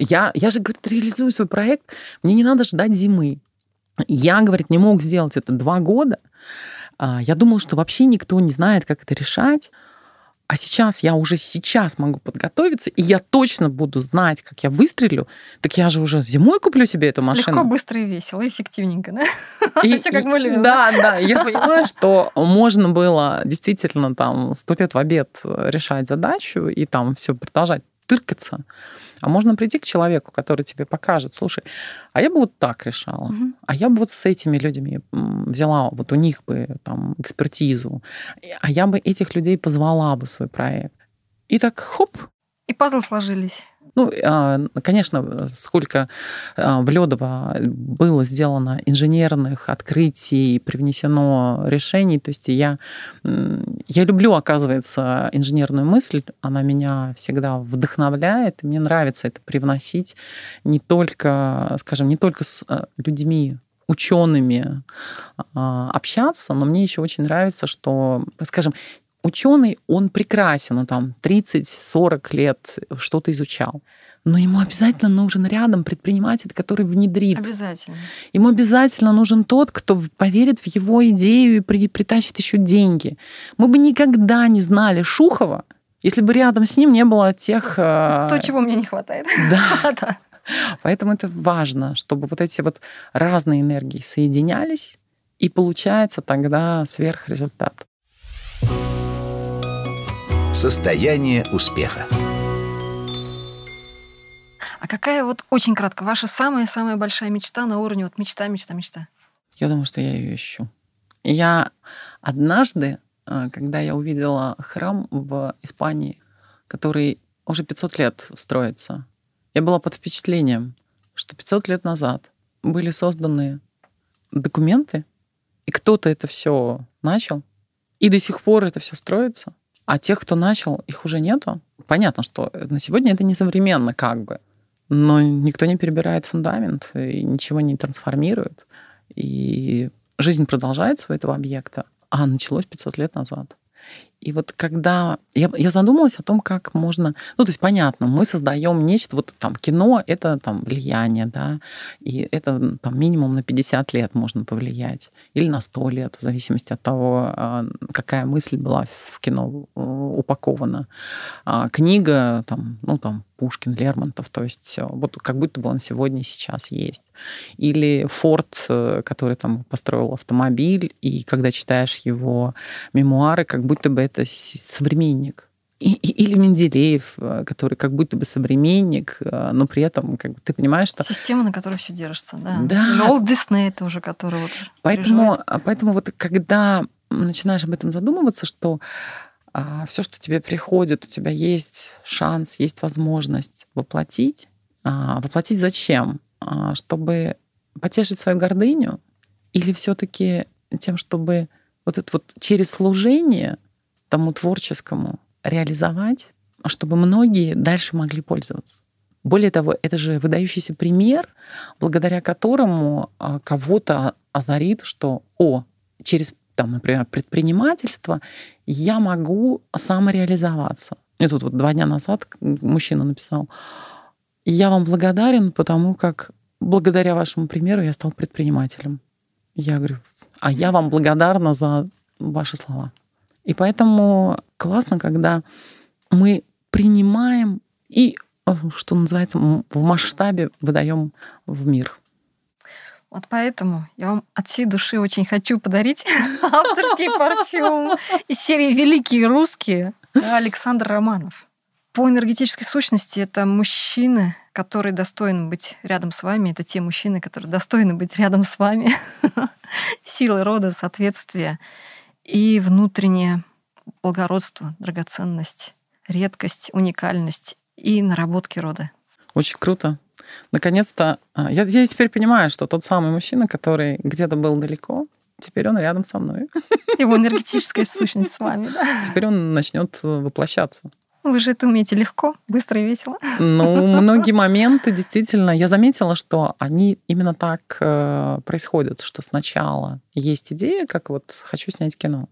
Speaker 3: Я, я же, говорит, реализую свой проект, мне не надо ждать зимы. Я, говорит, не мог сделать это два года. Я думал, что вообще никто не знает, как это решать. А сейчас я уже сейчас могу подготовиться, и я точно буду знать, как я выстрелю. Так я же уже зимой куплю себе эту машину.
Speaker 2: Легко, быстро и весело, эффективненько, да?
Speaker 3: И,
Speaker 2: Все как мы любим.
Speaker 3: Да, да. Я понимаю, что можно было действительно там сто лет в обед решать задачу и там все продолжать тыркаться. А можно прийти к человеку, который тебе покажет, слушай, а я бы вот так решала, угу. а я бы вот с этими людьми взяла, вот у них бы там экспертизу, а я бы этих людей позвала бы в свой проект. И так хоп.
Speaker 2: И пазлы сложились.
Speaker 3: Ну, конечно, сколько в Лёдово было сделано инженерных открытий, привнесено решений. То есть я, я люблю, оказывается, инженерную мысль. Она меня всегда вдохновляет. И мне нравится это привносить не только, скажем, не только с людьми, учеными общаться, но мне еще очень нравится, что, скажем, ученый, он прекрасен, он там тридцать-сорок лет что-то изучал. Но ему обязательно нужен рядом предприниматель, который внедрит.
Speaker 2: Обязательно.
Speaker 3: Ему обязательно нужен тот, кто поверит в его идею и притащит еще деньги. Мы бы никогда не знали Шухова, если бы рядом с ним не было тех...
Speaker 2: То, чего мне не хватает.
Speaker 3: Да. Поэтому это важно, чтобы вот эти вот разные энергии соединялись, и получается тогда сверхрезультат.
Speaker 1: Состояние успеха.
Speaker 2: А какая вот очень кратко ваша самая-самая большая мечта на уровне вот мечта, мечта, мечта?
Speaker 3: Я думаю, что я ее ищу. Я однажды, когда я увидела храм в Испании, который уже пятьсот лет строится, я была под впечатлением, что пятьсот лет назад были созданы документы, и кто-то это все начал, и до сих пор это все строится. А тех, кто начал, их уже нету. Понятно, что на сегодня это несовременно как бы. Но никто не перебирает фундамент и ничего не трансформирует. И жизнь продолжается у этого объекта, а началось пятьсот лет назад. И вот когда я, я задумалась о том, как можно... Ну, то есть, понятно, мы создаем нечто... Вот там кино — это там влияние, да, и это там минимум на пятьдесят лет можно повлиять. Или на сто лет, в зависимости от того, какая мысль была в кино упакована. А книга, там, ну, там, Пушкин, Лермонтов, то есть вот как будто бы он сегодня и сейчас есть. Или Форд, который там построил автомобиль, и когда читаешь его мемуары, как будто бы это современник. И, или Менделеев, который как будто бы современник, но при этом как бы, ты понимаешь, что...
Speaker 2: Система, на которой все держится, да.
Speaker 3: Да.
Speaker 2: Уолт Дисней тоже, который вот
Speaker 3: поэтому, поэтому вот когда начинаешь об этом задумываться, что а, все, что тебе приходит, у тебя есть шанс, есть возможность воплотить. А, воплотить зачем? А, чтобы потешить свою гордыню? Или все-таки тем, чтобы вот это вот через служение тому творческому реализовать, чтобы многие дальше могли пользоваться. Более того, это же выдающийся пример, благодаря которому кого-то озарит, что о, через, там, например, предпринимательство я могу самореализоваться. И тут вот два дня назад мужчина написал: я вам благодарен, потому как благодаря вашему примеру я стал предпринимателем. Я говорю: а я вам благодарна за ваши слова. И поэтому классно, когда мы принимаем и, что называется, в масштабе выдаем в мир.
Speaker 2: Вот поэтому я вам от всей души очень хочу подарить авторский парфюм из серии «Великие русские» Александр Романов. По энергетической сущности это мужчины, которые достойны быть рядом с вами. Это те мужчины, которые достойны быть рядом с вами. Силы рода, соответствие и внутреннее благородство, драгоценность, редкость, уникальность и наработки рода.
Speaker 3: Очень круто. Наконец-то я, я теперь понимаю, что тот самый мужчина, который где-то был далеко, теперь он рядом со мной.
Speaker 2: Его энергетическая сущность с вами, да?
Speaker 3: Теперь он начнет воплощаться.
Speaker 2: Вы же это умеете легко, быстро и весело.
Speaker 3: Ну, многие моменты действительно, я заметила, что они именно так э, происходят, что сначала есть идея, как вот хочу снять кино,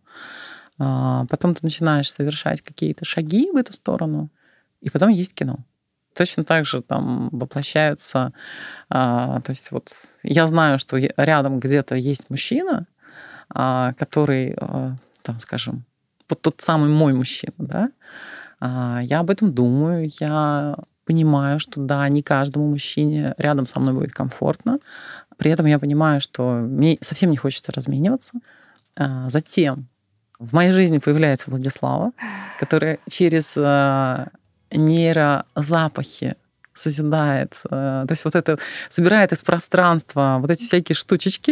Speaker 3: а потом ты начинаешь совершать какие-то шаги в эту сторону, и потом есть кино. точно так же там воплощаются... А, то есть вот я знаю, что рядом где-то есть мужчина, а, который, а, там, скажем, вот тот самый мой мужчина, да, а, я об этом думаю, я понимаю, что да, не каждому мужчине рядом со мной будет комфортно, при этом я понимаю, что мне совсем не хочется размениваться. А, затем в моей жизни появляется Владислава, которая через а, нейрозапахи созидает, а, то есть вот это собирает из пространства вот эти всякие штучечки.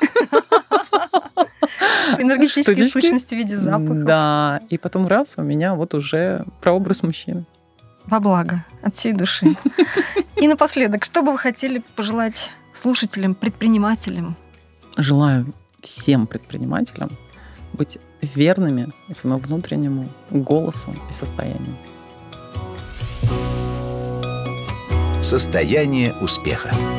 Speaker 2: Энергетические сущности в виде запахов.
Speaker 3: Да, и потом раз, у меня вот уже прообраз мужчины.
Speaker 2: Во благо, от всей души. И напоследок, что бы вы хотели пожелать слушателям, предпринимателям?
Speaker 3: Желаю всем предпринимателям быть верными своему внутреннему голосу и состоянию.
Speaker 1: Состояние успеха.